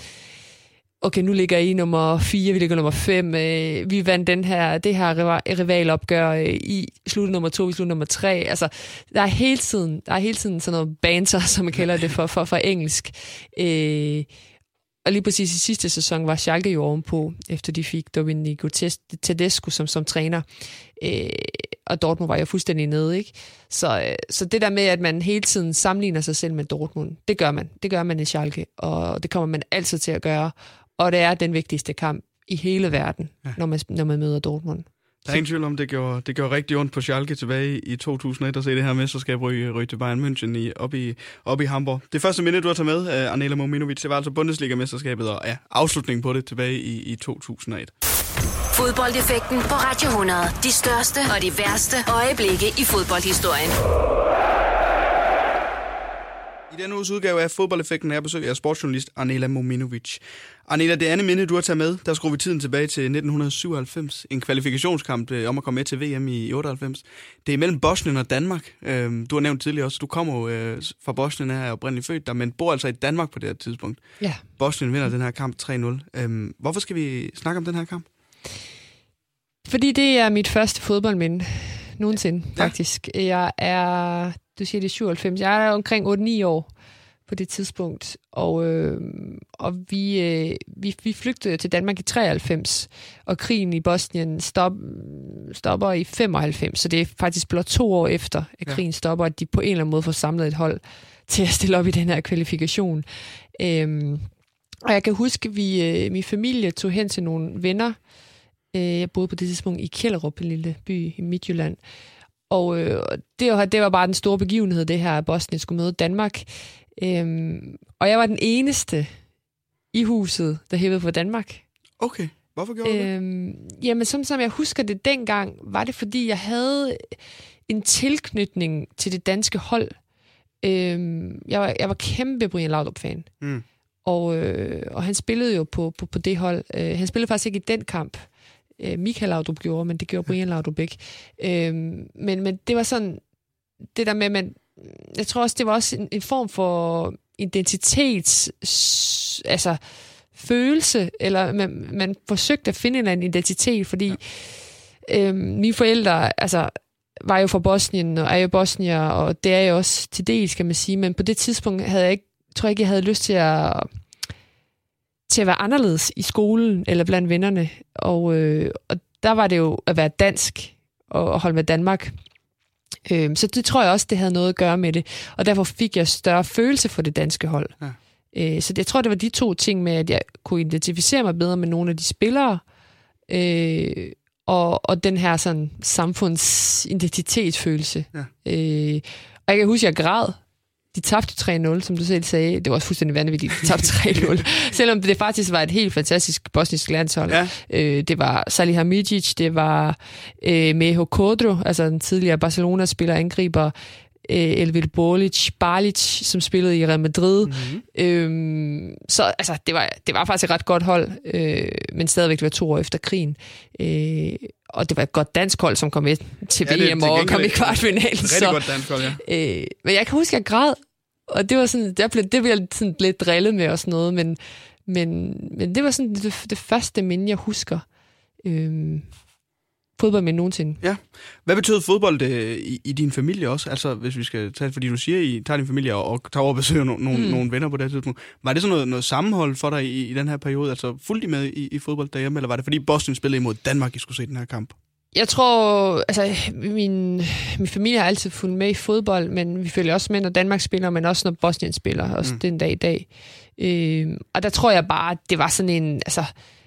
okay, nu ligger I nummer fire, vi ligger nummer fem, øh, vi vandt den her, det her rivalopgør, øh, I slutter nummer to, vi slutter nummer tre, altså der er hele tiden, der er hele tiden sådan noget banter, som man kalder det for, for, for engelsk. Øh, og lige præcis i sidste sæson var Schalke jo ovenpå, efter de fik Domenico Tedesco som, som træner. Øh, og Dortmund var jo fuldstændig nede, ikke? Så, øh, så det der med, at man hele tiden sammenligner sig selv med Dortmund, det gør man. Det gør man i Schalke, og det kommer man altid til at gøre. Og det er den vigtigste kamp i hele verden, ja. når, man, når man møder Dortmund. Der er ingen tvivl om, det gjorde, det gjorde rigtig ondt på Schalke tilbage i to tusind og et at se det her mesterskab ryge, ryge til Bayern München i, op, i, op i Hamburg. Det første minde, du har taget med, uh, Anela Mominovic, det var altså Bundesliga-mesterskabet og ja, afslutningen på det tilbage i, i to tusind og et. Fodboldeffekten på Radio hundrede. De største og de værste øjeblikke i fodboldhistorien. I denne uges udgave af Fodboldeffekten er jeg besøg af sportsjournalist Anela Mominovic. Anela, det andet minde, du har taget med, der skruer vi tiden tilbage til nitten syvoghalvfems. En kvalifikationskamp om at komme med til V M i otteoghalvfems. Det er mellem Bosnien og Danmark. Du har nævnt tidligere også, du kommer jo fra Bosnien, er oprindeligt født der, men bor altså i Danmark på det her tidspunkt. Ja. Bosnien vinder den her kamp tre nul. Hvorfor skal vi snakke om den her kamp? Fordi det er mit første fodboldminde nogensinde, ja. faktisk. Jeg er, du siger det er syvoghalvfems, jeg er omkring otte ni år på det tidspunkt, og, øh, og vi, øh, vi, vi flygtede til Danmark i treoghalvfems, og krigen i Bosnien stop, stopper i femoghalvfems, så det er faktisk blot to år efter, at krigen ja. stopper, at de på en eller anden måde får samlet et hold til at stille op i den her kvalifikation. Øhm, og jeg kan huske, at vi, øh, min familie tog hen til nogle venner. Jeg boede på det tidspunkt i Kjellerup, en lille by i Midtjylland. Og øh, det, var, det var bare den store begivenhed, det her, at Bosnien skulle møde Danmark. Øhm, og jeg var den eneste i huset, der hævede på Danmark. Okay, hvorfor gjorde du øhm, det? Jamen, som, som jeg husker det dengang, var det fordi, jeg havde en tilknytning til det danske hold. Øhm, jeg, var, jeg var kæmpe Brian Laudrup-fan. Mm. Og, øh, og han spillede jo på, på, på det hold. Øh, han spillede faktisk ikke i den kamp. øh, Michael Laudrup gjorde, men det gjorde Brian Laudrup ikke. Øh, men, men det var sådan, det der med, man, jeg tror også, det var også en, en form for identitets, altså følelse, eller man, man forsøgte at finde en eller anden identitet, fordi ja. øh, mine forældre, altså, var jo fra Bosnien, og er jo bosnier, og det er jo også til dels, kan man sige, men på det tidspunkt havde jeg ikke, tror jeg ikke, jeg havde lyst til at, til at være anderledes i skolen, eller blandt vennerne, og, øh, og der var det jo at være dansk, og, og holde med Danmark. Øh, så det tror jeg også, det havde noget at gøre med det, og derfor fik jeg større følelse for det danske hold. Ja. Øh, så jeg tror, det var de to ting med, at jeg kunne identificere mig bedre med nogle af de spillere, øh, Og, og den her sådan samfundsidentitetsfølelse. Ja. Øh, og jeg kan huske, at jeg græd. De tabte tre nul, som du selv sagde. Det var også fuldstændig vanvittigt. De tabte tre nul. Selvom det faktisk var et helt fantastisk bosnisk landshold. Ja. Øh, det var Salihamidzic, det var øh, Meho Kodro, altså den tidligere Barcelona-spiller, angriber, Elvir Bolic, Balic, som spillede i Real Madrid. Mm-hmm. Øhm, så altså, det var, det var faktisk et ret godt hold, øh, men stadigvæk det var to år efter krigen. Øh, og det var et godt dansk hold, som kom med til ja, V M og kom i kvartfinalen. Rigtig så, godt dansk hold, ja. Øh, men jeg kan huske, at jeg græd, og det var sådan, der blev, det blev jeg sådan lidt drillet med og sådan noget, men, men, men det var sådan det, det første minde, jeg husker. Øh, fodbold med nogensinde. Ja. Hvad betød fodbold øh, i, i din familie også? Altså, hvis vi skal tage, fordi du siger, I tager din familie og, og tager over og besøger no, no, mm. nogle venner på det tidspunkt. Var det sådan noget, noget sammenhold for dig i, i den her periode? Altså, fulgte I med i, i fodbold derhjemme, eller var det fordi Bosnien spillede imod Danmark, I skulle se den her kamp? Jeg tror, altså, min, min familie har altid fulgt med i fodbold, men vi følger også med, når Danmark spiller, men også når Bosnien spiller, også mm. den dag i dag. Øh, og der tror jeg bare, det var sådan en, altså,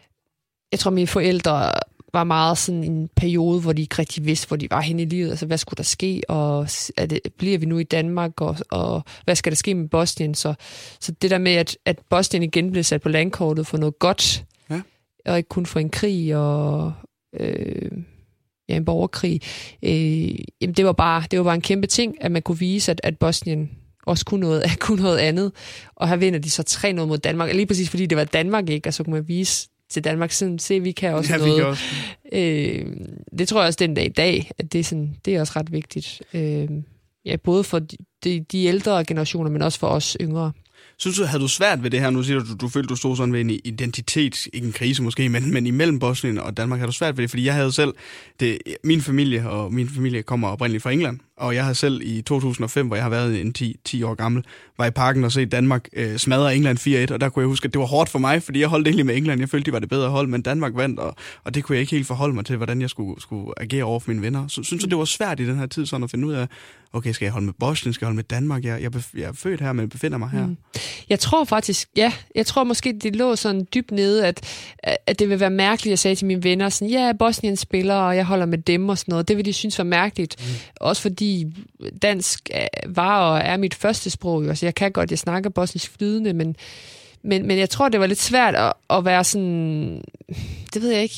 jeg tror, mine forældre var meget sådan en periode, hvor de ikke rigtig vidste, hvor de var henne i livet. Altså, hvad skulle der ske, og er det, bliver vi nu i Danmark, og, og hvad skal der ske med Bosnien? Så, så det der med, at, at Bosnien igen blev sat på landkortet for noget godt, ja. Og ikke kun for en krig og øh, ja, en borgerkrig, øh, jamen det var bare det var bare en kæmpe ting, at man kunne vise, at, at Bosnien også kunne noget, kunne noget andet. Og her vinder de så tre nul mod Danmark, lige præcis fordi det var Danmark, ikke? Og så kunne man vise til Danmark siden, se, vi kan også ja, noget. Kan også. Øh, det tror jeg også den dag i dag, at det er, sådan, det er også ret vigtigt. Øh, ja, både for de, de, de ældre generationer, men også for os yngre. Synes du, havde du svært ved det her? Nu siger du, du, du følte, du stod sådan ved en identitet, ikke en krise måske, men, men imellem Bosnien og Danmark, havde du svært ved det? Fordi jeg havde selv, det, min familie, og min familie kommer oprindeligt fra England, og jeg havde selv i to tusind og fem, hvor jeg har været en ti, ti år gammel, var i parken og se Danmark øh, smadre England fire et, og der kunne jeg huske, at det var hårdt for mig, fordi jeg holdt egentlig med England. Jeg følte, de var det bedre hold, men Danmark vandt, og, og det kunne jeg ikke helt forholde mig til, hvordan jeg skulle, skulle agere over for mine venner. Så synes du, det var svært i den her tid sådan at finde ud af, okay, skal jeg holde med Bosnien, skal jeg holde med Danmark? Jeg, jeg, bef- jeg er født her, men befinder mig her. Mm. Jeg tror faktisk, ja, jeg tror måske, det lå sådan dybt nede, at, at det vil være mærkeligt, jeg sagde til mine venner, sådan, ja, Bosnien spiller, og jeg holder med dem og sådan noget. Det vil de synes var mærkeligt. Mm. Også fordi dansk var og er mit første sprog. Altså, jeg kan godt, jeg snakker bosnisk flydende, men, men, men jeg tror, det var lidt svært at, at være sådan, det ved jeg ikke,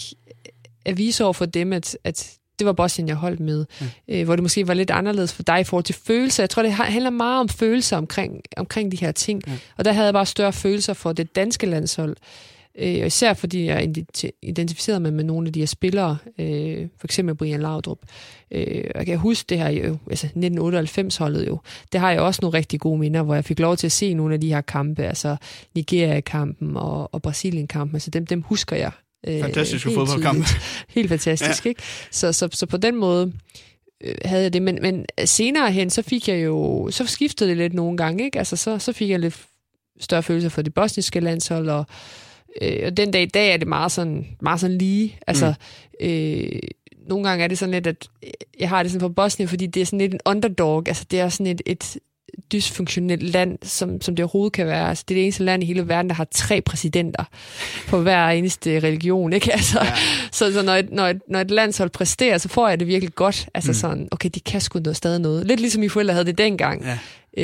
at vise over for dem, at, at det var Bosnien, jeg holdt med. Ja. Øh, hvor det måske var lidt anderledes for dig i forhold til følelser. Jeg tror, det handler meget om følelser omkring, omkring de her ting. Ja. Og der havde jeg bare større følelser for det danske landshold. Øh, især fordi jeg identificerede mig med nogle af de her spillere. Øh, for eksempel Brian Laudrup. Øh, jeg kan huske det her jo, altså nitten otteoghalvfems-holdet jo. Det har jeg også nogle rigtig gode minder, hvor jeg fik lov til at se nogle af de her kampe. Altså Nigeria-kampen og, og Brasilien-kampen. Altså dem, dem husker jeg. Fantastisk fodboldkamp. Helt fantastisk, ja. Ikke? Så, så, så på den måde øh, havde jeg det. Men, men senere hen, så fik jeg jo, så skiftede det lidt nogle gange, ikke? Altså så, så fik jeg lidt større følelser for det bosniske landshold, og, øh, og den dag i dag er det meget sådan, meget sådan lige. Altså, mm. øh, nogle gange er det sådan lidt, at jeg har det sådan for Bosnien, fordi det er sådan lidt en underdog. Altså det er sådan et, et dysfunktionelt land, som, som det overhovedet kan være. Altså, det er det eneste land i hele verden, der har tre præsidenter på hver eneste religion, ikke? Altså, ja. Så, så når, et, når, et, når et landshold præsterer, så får jeg det virkelig godt. Altså mm. sådan, okay, de kan sgu noget, stadig noget. Lidt ligesom mine forældre havde det dengang. Ja.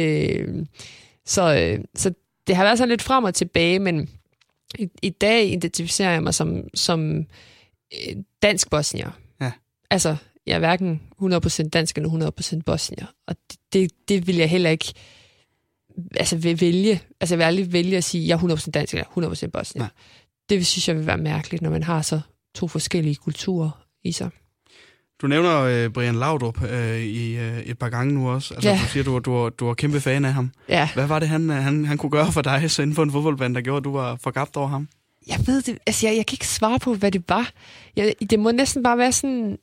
Øh, så, øh, så det har været sådan lidt frem og tilbage, men i, i dag identificerer jeg mig som, som øh, dansk bosnier. Ja. Altså, jeg er hverken hundrede procent dansk eller hundrede procent bosnier. Og det, det, det vil jeg heller ikke altså vælge. Altså jeg vil aldrig vælge at sige, at jeg er hundrede procent dansk eller hundrede procent bosnier. Nej. Det synes jeg vil være mærkeligt, når man har så to forskellige kulturer i sig. Du nævner øh, Brian Laudrup øh, i øh, et par gange nu også. Altså, ja. Du siger, du, du, du var kæmpe fan af ham. Ja. Hvad var det, han, han, han kunne gøre for dig så inden for en fodboldbane, der gjorde, at du var forgabt over ham? Jeg ved det, altså jeg, jeg kan ikke svare på, hvad det var. Jeg, det må næsten bare være sådan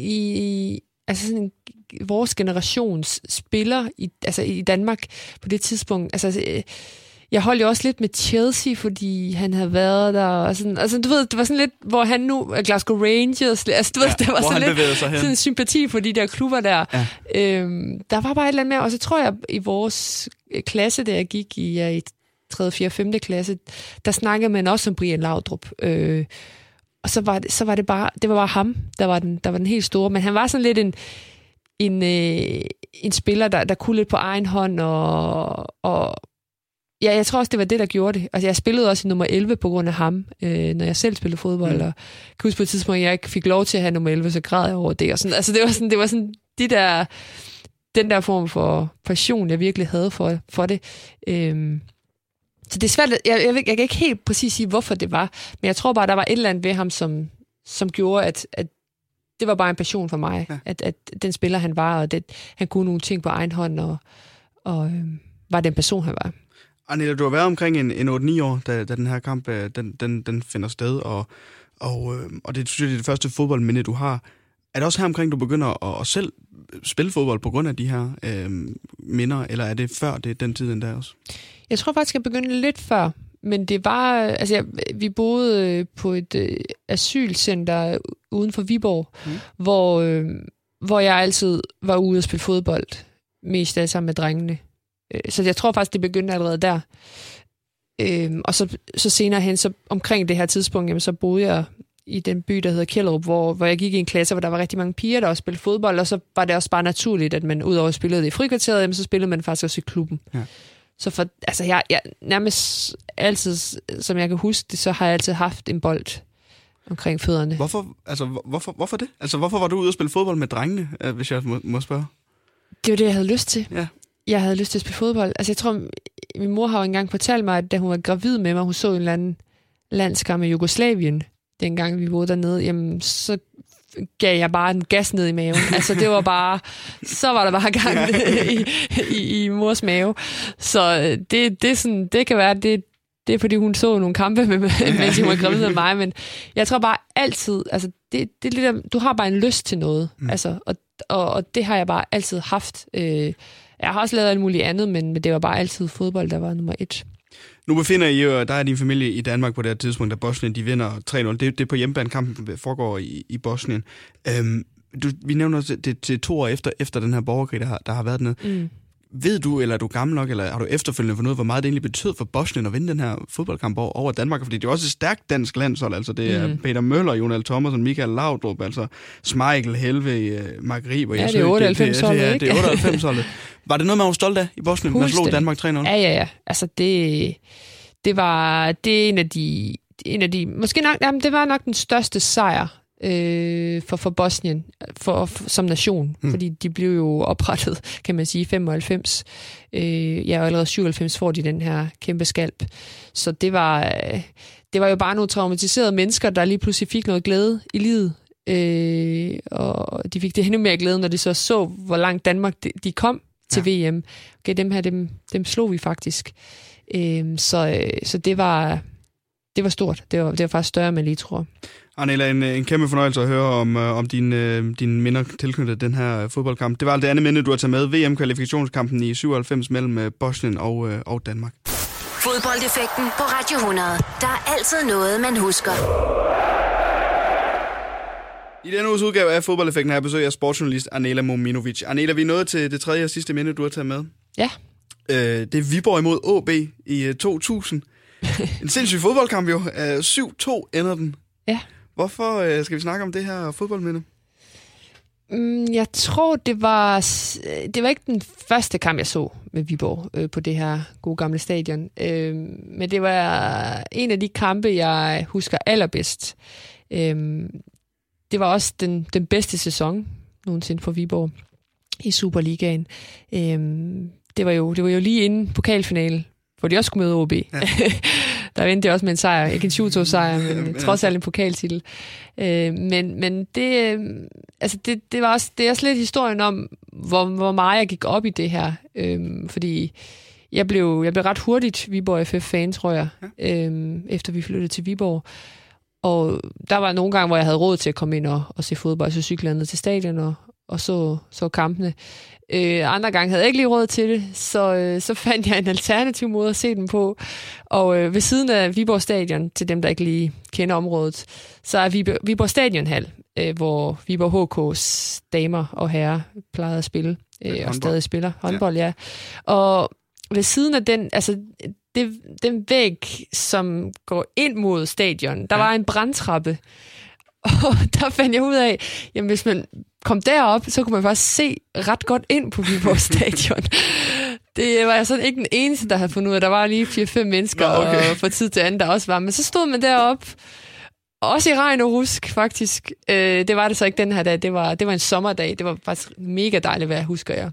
i, altså sådan vores generations spiller i, altså i Danmark på det tidspunkt. Altså jeg holdt jo også lidt med Chelsea, fordi han havde været der. Og sådan, altså du ved, det var sådan lidt, hvor han nu, Glasgow Rangers, altså du ja, ved, der var sådan lidt sådan sympati for de der klubber der. Ja. Øhm, der var bare et eller andet mere, og så tror jeg, i vores klasse, der jeg gik i, ja, i tredje, fjerde, femte klasse, der snakkede man også om Brian Laudrup. Øh, og så var, det, så var det bare, det var bare ham, der var den, der var den helt store. Men han var sådan lidt en, en, øh, en spiller, der, der kunne lidt på egen hånd, og, og ja, jeg tror også, det var det, der gjorde det. Altså, jeg spillede også i nummer elleve på grund af ham, øh, når jeg selv spillede fodbold, mm. og jeg kan huske på et tidspunkt, at jeg ikke fik lov til at have nummer elleve, så græd jeg over det. Og sådan. Altså, det var sådan, det var sådan de der, den der form for passion, jeg virkelig havde for, for det. Øh, Så det er svært, jeg, jeg, jeg kan ikke helt præcis sige, hvorfor det var, men jeg tror bare, der var et eller andet ved ham, som, som gjorde, at, at det var bare en passion for mig, ja. at, at den spiller, han var, og det, han kunne nogle ting på egen hånd, og, og øh, var den person, han var. Arnella, du har været omkring en, en otte ni år, da, da den her kamp den, den, den finder sted, og, og, øh, og det synes jeg, det er det første fodboldminde, du har. Er det også her omkring, du begynder at, at selv spille fodbold på grund af de her øh, minder, eller er det før det den tid endda også? Jeg tror faktisk, jeg begyndte lidt før, men det var, altså jeg, vi boede på et øh, asylcenter uden for Viborg, mm. hvor, øh, hvor jeg altid var ude og spille fodbold, mest af sammen med drengene. Så jeg tror faktisk, det begyndte allerede der. Øh, og så, så senere hen, så omkring det her tidspunkt, jamen, så boede jeg i den by, der hedder Kjellerup, hvor, hvor jeg gik i en klasse, hvor der var rigtig mange piger, der også spillede fodbold, og så var det også bare naturligt, at man udover spillede det i frikvarteret, jamen, så spillede man faktisk også i klubben. Ja. Så for, altså jeg, jeg nærmest altid, som jeg kan huske det, så har jeg altid haft en bold omkring fødderne. Hvorfor, altså, hvorfor, hvorfor det? Altså, hvorfor var du ude og spille fodbold med drengene, hvis jeg må, må spørge? Det var det, jeg havde lyst til. Ja. Jeg havde lyst til at spille fodbold. Altså, jeg tror, min mor har jo engang fortalt mig, at da hun var gravid med mig, hun så en eller anden landskamp i Jugoslavien, dengang vi boede dernede, jamen, så gav jeg bare en gas ned i maven. Altså, det var bare, så var der bare gang i, i, i mors mave. Så det, det, sådan, det kan være, det, det er, fordi hun så nogle kampe, med, mens hun var gravid med mig, men jeg tror bare altid, altså, det, det er lidt, du har bare en lyst til noget, mm. altså, og, og, og det har jeg bare altid haft. Øh, jeg har også lavet alt muligt andet, men det var bare altid fodbold, der var nummer et. Nu befinder I jo, der er din familie i Danmark på det her tidspunkt, da Bosnien de vinder tre nul. Det, det er på hjemmebane, kampen foregår i, i Bosnien. Øhm, du, vi nævner det, det til to år efter, efter den her borgerkrig, der har, der har været dernede. Mm. Ved du, eller er du gammel nok, eller har du efterfølgende fundet ud af, hvor meget det egentlig betød for Bosnien at vinde den her fodboldkamp over, over Danmark? Fordi det er også et stærkt dansk landshold, altså det er mm. Peter Møller, Jonald Thomasen, Michael Laudrup, altså Schmeichel, Helve, Mark Riber. Ja, det er otteoghalvfems-holdet, ikke? Det er otteoghalvfems-holdet. Var det noget, man var stolt af i Bosnien? Man slog Danmark tre nul? Ja, ja, ja. Altså det, det var det er en af de, en af de måske nok, jamen, det var nok den største sejr øh, for, for Bosnien for, for, som nation, mm. fordi de blev jo oprettet, kan man sige, femoghalvfems. Øh, ja, og allerede syvoghalvfems får de den her kæmpe skalp. Så det var, øh, det var jo bare nogle traumatiserede mennesker, der lige pludselig fik noget glæde i livet. Øh, og de fik det endnu mere glæde, når de så så, hvor langt Danmark de, de kom til ja. V M. Okay, dem her, dem, dem slog vi faktisk. Øh, så, så det var det var stort. Det var, det var faktisk større, end man lige tror. Arnella, en, en kæmpe fornøjelse at høre om, om dine, dine minder tilknyttet den her fodboldkamp. Det var det andet minde, du har taget med. V M-kvalifikationskampen i syvoghalvfems mellem Bosnien og, og Danmark. Fodboldeffekten på Radio hundrede. Der er altid noget, man husker. I denne uges udgave af Fodboldeffekten har jeg besøg af sportsjournalist Arnella Mominovic. Arnella, vi er nået til det tredje og sidste minde, du har taget med. Ja. Øh, det er Viborg imod A B i to tusind. En sindssyg fodboldkamp jo. syv to ender den. Ja. Hvorfor øh, skal vi snakke om det her fodboldminde? Mm, jeg tror, det var det var ikke den første kamp, jeg så med Viborg øh, på det her gode gamle stadion. Øh, men det var en af de kampe, jeg husker allerbedst. Øh, det var også den, den bedste sæson nogensinde for Viborg i Superligaen. Øh, det, var jo, det var jo lige inden pokalfinalen, hvor de også skulle møde A B. Ja. der endte det også med en sejr. Ikke en syv to sejr, men trods alt en pokaltitel. Øh, men men det, øh, altså det, det var også, det er også lidt historien om, hvor, hvor meget jeg gik op i det her. Øh, fordi jeg blev, jeg blev ret hurtigt Viborg F F-fan, tror jeg, ja. øh, efter vi flyttede til Viborg. Og der var nogle gange, hvor jeg havde råd til at komme ind og, og se fodbold, så cyklede jeg ned til stadion og, og så, så kampene. Øh, andre gange havde jeg ikke lige råd til det, så, øh, så fandt jeg en alternativ måde at se dem på. Og øh, ved siden af Viborg Stadion, til dem, der ikke lige kender området, så er Viborg, Viborg Stadionhal, øh, hvor Viborg H K's damer og herrer plejede at spille, øh, og stadig spiller håndbold, ja. ja. Og ved siden af den, altså det, den væg, som går ind mod stadion, der ja. var en brandtrappe. Og der fandt jeg ud af, jamen hvis man kom derop, så kunne man faktisk se ret godt ind på Viborg Stadion. Det var jeg sådan ikke den eneste, der havde fundet ud af. Der var lige fire fem mennesker, Nå, okay. og for tid til anden, der også var. Men så stod man derop, også i regn og rusk, faktisk. Øh, det var det så ikke den her dag. Det var, det var en sommerdag. Det var faktisk mega dejligt vejr, husker jeg.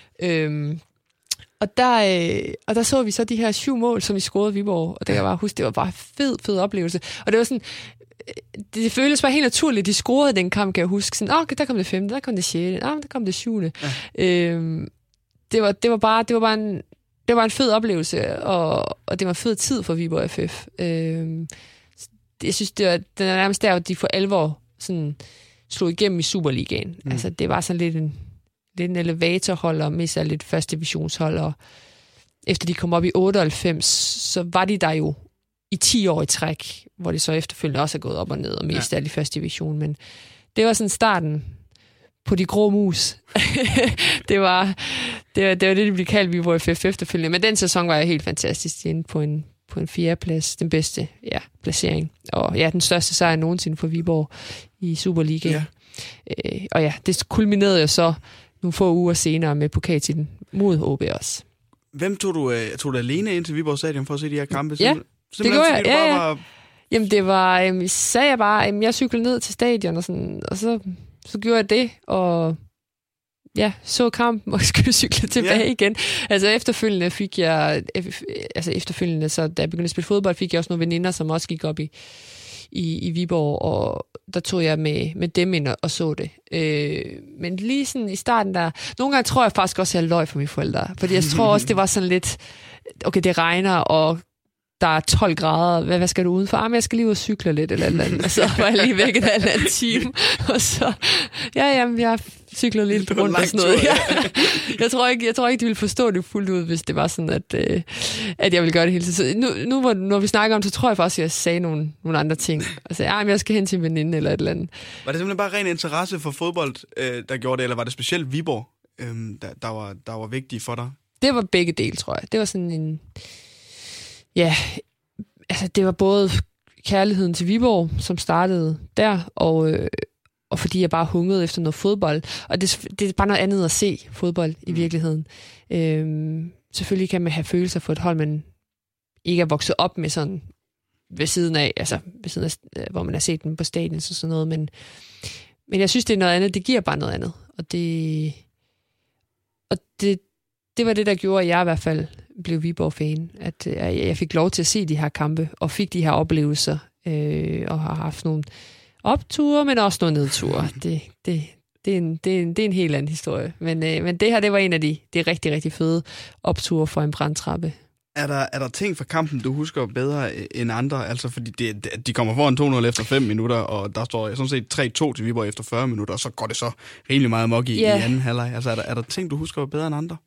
Øhm, og, der, øh, og der så vi så de her syv mål, som vi scorede Viborg. Og det kan jeg bare huske, det var bare en fed, fed oplevelse. Og det var sådan... Det føltes bare helt naturligt. De scorede den kamp, kan jeg huske. Sådan, åh, der kom det femte, der kom det sjette, ah, der kom det syvende. Ja. Øhm, det, var, det var bare, det var bare en, det var en fed oplevelse, og, og det var en fed tid for Viborg F F. Øhm, jeg synes, det var, den er nærmest der, hvor de for alvor sådan, slog igennem i Superligaen. Mm. Altså, det var sådan lidt en, lidt en elevatorhold, og mest af lidt første divisionshold, og efter de kom op i otteoghalvfems, så var de der jo i ti år i træk, hvor det så efterfølgende også er gået op og ned, og mest ja. af i første division. Men det var sådan starten på de grå mus. det, var, det, var, det var det, de blev kaldt Viborg F F efterfølgende. Men den sæson var jeg helt fantastisk inde på en, på en fjerdeplads. Den bedste ja, placering. Og ja, den største sejr nogensinde for Viborg i Superligaen. Ja. Øh, og ja, det kulminerede jo så nogle få uger senere med pokaltitlen mod O B også. Hvem tog du, tog du alene ind til Viborg Stadion for at se de her kampe? Ja. Det gjorde jeg, ja, ja. Var... Jamen, det var, øhm, sagde jeg bare, øhm, jeg cyklede ned til stadion, og, sådan, og så, så gjorde jeg det, og ja, så kampen, og skulle cykle tilbage ja. igen. Altså efterfølgende fik jeg, altså efterfølgende, så da jeg begyndte at spille fodbold, fik jeg også nogle veninder, som også gik op i, i, i Viborg, og der tog jeg med, med dem ind og, og så det. Øh, men lige sådan i starten der, nogle gange tror jeg faktisk også, at jeg løg for mine forældre, fordi jeg tror også, det var sådan lidt, okay, det regner, og der er tolv grader, hvad, hvad skal du udenfor? Ah, men jeg skal lige ud og cykle lidt, eller eller andet. Og så var jeg lige væk en anden time. Og så, ja, jamen, jeg cykler lidt rundt og sådan noget. Ja. Jeg tror ikke, jeg tror ikke, de ville forstå det fuldt ud, hvis det var sådan, at, øh, at jeg ville gøre det hele tiden. Nu, nu hvor, når vi snakker om, så tror jeg faktisk, at jeg sagde nogle, nogle andre ting. Og sagde, ah, men jeg skal hen til en veninde, eller et eller andet. Var det simpelthen bare ren interesse for fodbold, øh, der gjorde det, eller var det specielt Viborg, øh, der, der, var, der var vigtigt for dig? Det var begge dele, tror jeg. Det var sådan en... Ja, altså det var både kærligheden til Viborg, som startede der, og, øh, og fordi jeg bare hungrede efter noget fodbold. Og det, det er bare noget andet at se fodbold i virkeligheden. Øhm, selvfølgelig kan man have følelser for et hold, man ikke er vokset op med sådan ved siden af, altså ved siden af, hvor man har set dem på stadion og sådan noget, men, men jeg synes, det er noget andet. Det giver bare noget andet. Og det, og det, det var det, der gjorde, at jeg i hvert fald blev Viborg-fan, at øh, jeg fik lov til at se de her kampe, og fik de her oplevelser, øh, og har haft nogle opture, men også nogle nedture. Det, det, det, er en, det, er en, det er en helt anden historie. Men, øh, men det her, det var en af de, de rigtig, rigtig fede opture for en brandtrappe. Er der, er der ting fra kampen, du husker bedre end andre? Altså, fordi det, de kommer foran to nul efter fem minutter, og der står sådan set tre to til Viborg efter fyrre minutter, og så går det så rimelig meget mok i, yeah. i anden halvleg. Altså, er der, er der ting, du husker bedre end andre?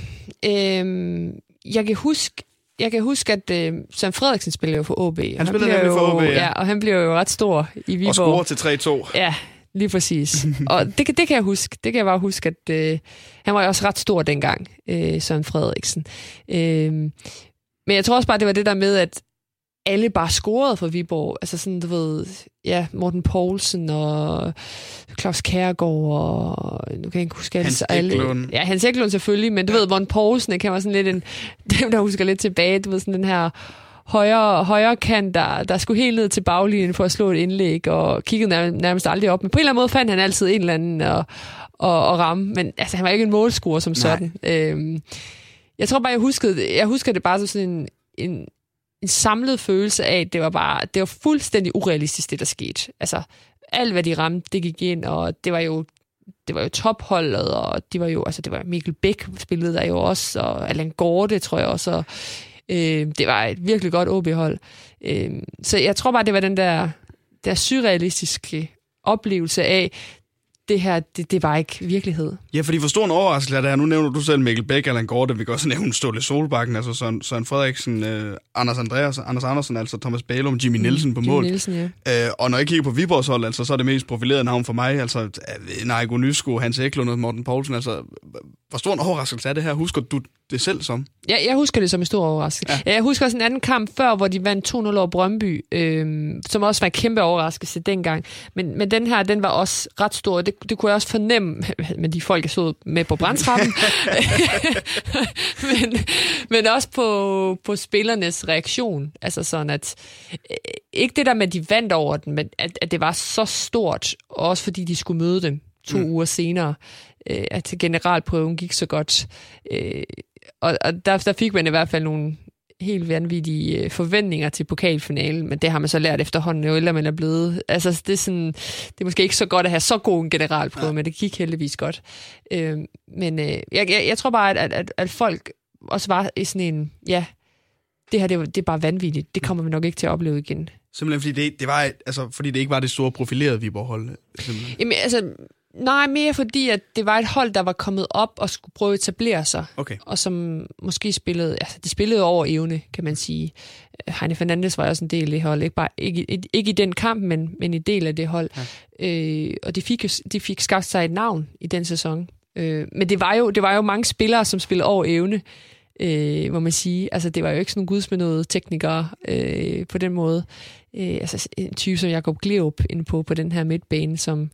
Øhm, jeg kan huske, jeg kan huske, at øh, Søren Frederiksen spiller jo for O B. Han spiller nemlig for O B, ja. ja. Og han bliver jo ret stor i Viborg. Og scorer til tre to. Ja, lige præcis. Og det, det kan jeg huske. Det kan jeg bare huske, at øh, han var jo også ret stor dengang, øh, Søren Frederiksen. Øh, men jeg tror også bare, det var det der med, at alle bare scorede for Viborg. Altså sådan, du ved, ja, Morten Poulsen og Claus Kjærgaard og nu kan jeg ikke huske Hans alle. Eklund. Ja, Hans Eklund selvfølgelig, men du ja. ved, Morten Poulsen, kan var sådan lidt en, dem der husker lidt tilbage, du ved, sådan den her højre, højre kant, der, der skulle helt ned til baglinjen for at slå et indlæg, og kiggede nærmest, nærmest aldrig op. Men på en eller anden måde fandt han altid en eller anden og, og, og ramme. Men altså, han var ikke en målscorer som Nej. sådan. Øhm, jeg tror bare, jeg huskede, jeg husker det bare som sådan en, en en samlet følelse af, at det var bare, det var fuldstændig urealistisk, det der skete. Altså, alt hvad de ramte, det gik ind, og det var jo, det var jo topholdet, og det var jo, altså, det var Mikkel Bæk spillede der jo også, og Allan Gorte, tror jeg også, og øh, det var et virkelig godt O B-hold. Øh, så jeg tror bare, det var den der, der surrealistiske oplevelse af, det her, det, det var ikke virkelighed. Ja, fordi for stor en overraskelse er det her. Nu nævner du selv Mikkel Bæk, Allan Gorte, vi kan også nævne Ståle Solbakken, altså Søren, Søren Frederiksen, øh, Anders Andreas, Anders Andersen, altså Thomas Bælum, Jimmy Nielsen på Jimmy mål. Nielsen, ja. øh, og når jeg kigger på Viborgs hold, altså, så er det mest profilerede navn for mig, altså Naiko Nysko, Hans Eklund og Morten Poulsen, altså hvor stor en overraskelse er det her? Husker du det selv som? Ja, jeg husker det som en stor overraskelse. Ja. Jeg husker også en anden kamp før, hvor de vandt to nul over Brøndby, øh, som også var en kæmpe overraskelse dengang. Men, men den her, den var også ret stor. Det, det kunne jeg også fornemme, men de folk, jeg stod med på brandtrappen. men, men også på, på spillernes reaktion. Altså sådan, at ikke det der med, at de vandt over den, men at, at det var så stort, også fordi de skulle møde dem to mm. uger senere, øh, at generalprøven gik så godt. Øh, og og der, der fik man i hvert fald nogle helt vanvittige øh, forventninger til pokalfinalen, men det har man så lært efterhånden, jo ældre man er blevet. Altså, det er, sådan, det er måske ikke så godt at have så god en generalprøve, ja. Men det gik heldigvis godt. Øh, men øh, jeg, jeg, jeg tror bare, at, at, at folk også var i sådan en, ja, det her, det, det er bare vanvittigt. Det kommer vi nok ikke til at opleve igen. Simpelthen fordi det, det var, altså, fordi det ikke var det store profilerede Viborg-hold? Jamen, altså, nej, mere fordi, at det var et hold, der var kommet op og skulle prøve at etablere sig. Okay. Og som måske spillede, altså de spillede over evne, kan man sige. Heine Fernandes var også en del af det hold, ikke, bare, ikke, ikke i den kamp, men, men en del af det hold. Ja. Øh, og de fik, de fik skabt sig et navn i den sæson. Øh, men det var, jo, det var jo mange spillere, som spillede over evne, øh, må man sige. Altså, det var jo ikke sådan nogle gudsbenåede teknikere øh, på den måde. Øh, altså, en type som Jakob Gleup inde på, på den her midtbane, som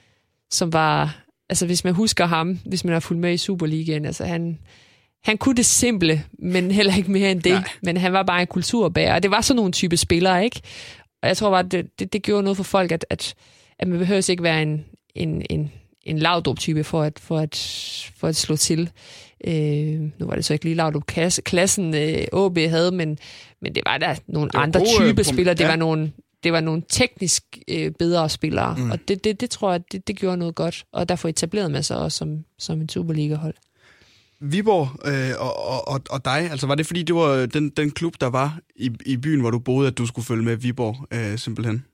som var, altså hvis man husker ham, hvis man har fulgt med i Superligaen, altså han, han kunne det simple, men heller ikke mere end det. Nej. Men han var bare en kulturbærer, og det var sådan nogle type spillere, ikke? Og jeg tror bare, det, det, det gjorde noget for folk, at, at, at man behøver ikke være en, en, en, en Laudrup-type for at, for, at, for at slå til. Øh, nu var det så ikke lige Laudrup-klassen, øh, O B havde, men, men det var der nogle var andre gode, type spillere. Det ja. var nogle Det var nogle teknisk øh, bedre spillere, mm. og det, det, det tror jeg, det, det gjorde noget godt, og derfor etablerede man sig også som, som en Superliga-hold. Viborg øh, og, og, og dig, altså var det fordi, det var den, den klub, der var i, i byen, hvor du boede, at du skulle følge med Viborg, øh, simpelthen?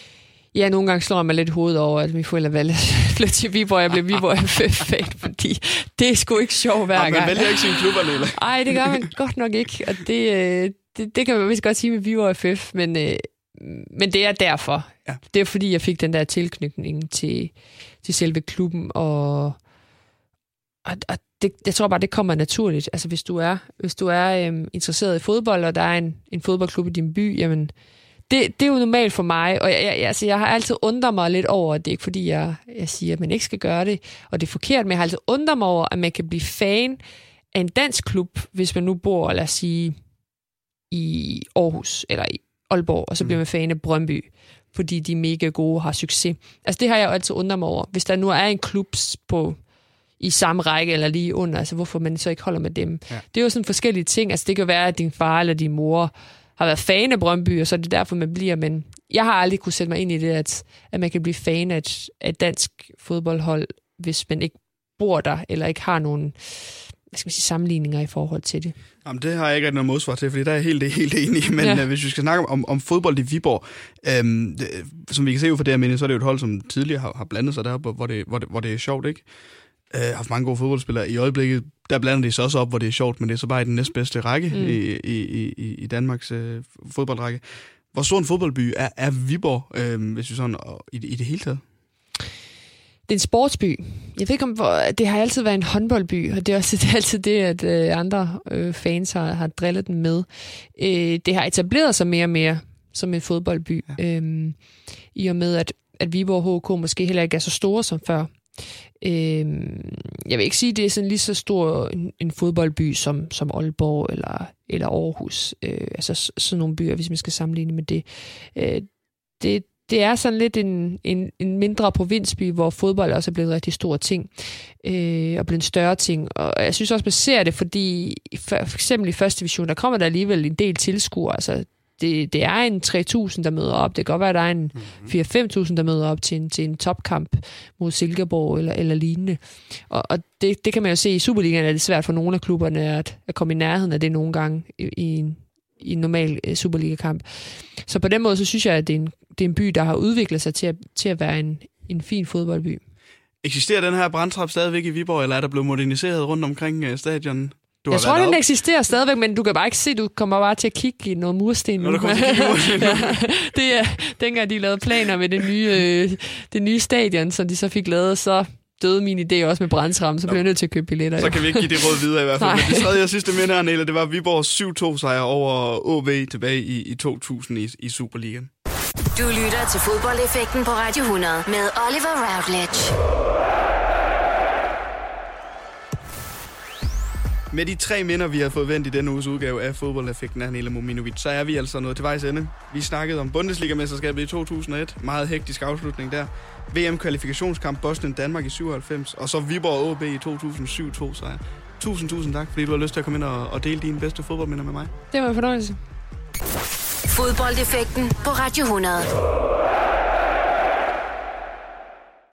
Ja, nogle gange slår jeg mig lidt i hovedet over, at mine forældre valgte at flytte til Viborg, jeg blev Viborg F F-fan, fordi det er sgu ikke sjovt hver gang. Man vælger ikke sine klubber, eller? Nej, det gør man godt nok ikke, og det, øh, det, det kan man vist godt sige med Viborg F F, men... Øh, Men det er derfor. Ja. Det er fordi, jeg fik den der tilknytning til, til selve klubben, og, og, og det, jeg tror bare, det kommer naturligt. Altså, hvis du er, hvis du er øhm, interesseret i fodbold, og der er en, en fodboldklub i din by, jamen, det, det er jo normalt for mig, og jeg, jeg, altså, jeg har altid undret mig lidt over, at det er ikke fordi, jeg, jeg siger, at man ikke skal gøre det, og det er forkert, men jeg har altid undret mig over, at man kan blive fan af en dansk klub, hvis man nu bor, lad os sige, i Aarhus, eller i Aalborg, og så bliver man fan af Brøndby, fordi de er mega gode og har succes. Altså det har jeg jo altid undret mig over. Hvis der nu er en klub på, i samme række eller lige under, altså hvorfor man så ikke holder med dem. Ja. Det er jo sådan forskellige ting. Altså det kan være, at din far eller din mor har været fan af Brøndby, og så er det derfor, man bliver. Men jeg har aldrig kunne sætte mig ind i det, at, at man kan blive fan af et, af et dansk fodboldhold, hvis man ikke bor der, eller ikke har nogen hvad skal man sige, sammenligninger i forhold til det. Jamen, det har jeg ikke rigtig noget modsvar til, fordi der er jeg helt, helt enig. Men ja. øh, hvis vi skal snakke om, om fodbold i Viborg, øhm, det, som vi kan se jo for det her minde, så er det jo et hold, som tidligere har, har blandet sig deroppe, hvor det, hvor det, hvor det er sjovt, ikke? Øh, har haft mange gode fodboldspillere. I øjeblikket, der blander de sig også op, hvor det er sjovt, men det er så bare i den næstbedste række mm. i, i, i, i Danmarks øh, fodboldrække. Hvor stor en fodboldby er, er Viborg, øh, hvis vi sådan, og, i, i det hele taget? Det er en sportsby. Jeg ved ikke, om hvor, det har altid været en håndboldby, og det er også det er altid det, at øh, andre øh, fans har, har drillet den med. Øh, det har etableret sig mere og mere som en fodboldby, ja. øhm, i og med, at, at Viborg H K måske heller ikke er så store som før. Øhm, jeg vil ikke sige, at det er sådan lige så stor en, en fodboldby som, som Aalborg eller, eller Aarhus. Øh, altså sådan nogle byer, hvis man skal sammenligne med det. Øh, det det er sådan lidt en, en, en mindre provinsby, hvor fodbold også er blevet en rigtig stor ting, øh, og blevet en større ting. Og jeg synes også, man ser det, fordi for, for eksempel i første division, der kommer der alligevel en del tilskuere. Altså, det, det er en tre tusind, der møder op. Det kan godt være, at der er en fire til fem tusind, der møder op til en, til en topkamp mod Silkeborg eller, eller lignende. Og, og det, det kan man jo se i Superligaen, er det svært for nogle af klubberne at, at komme i nærheden af det nogle gange i, i en i en normal uh, Superliga-kamp. Så på den måde, så synes jeg, at det er en, det er en by, der har udviklet sig til at, til at være en, en fin fodboldby. Eksisterer den her brandtrap stadigvæk i Viborg, eller er der blevet moderniseret rundt omkring uh, stadion? Du jeg tror, den op. eksisterer stadigvæk, men du kan bare ikke se, du kommer bare til at kigge i noget mursten nu. Nå, du til at kigge i mursten nu. Ja, det er, dengang de lavede planer med det nye, øh, det nye stadion, som de så fik lavet, så døde min idé også med brandtrappen, så blev jeg nødt til at købe billetter. Så kan vi ikke give det råd videre i hvert fald. Men det tredje og sidste minde, Arnela, det var Viborgs syv to sejr over O B tilbage i, i to tusind i, i Superligaen. Du lytter til Fodboldeffekten på Radio hundrede med Oliver Routledge. Med de tre minder, vi har fået vendt i denne uges udgave af Fodboldeffekten af Arnela Mominovic, så er vi altså nået til vejs ende. Vi snakkede om Bundesliga-mesterskabet i to tusind og et. Meget hektisk afslutning der. V M-kvalifikationskamp Bosnien-Danmark i syvoghalvfems. Og så Viborg O B i to tusind syv to sejr. Tusind, tusind tak, fordi du har lyst til at komme ind og, og dele dine bedste fodboldminder med mig. Det var en fornøjelse. Fodboldeffekten på Radio hundrede.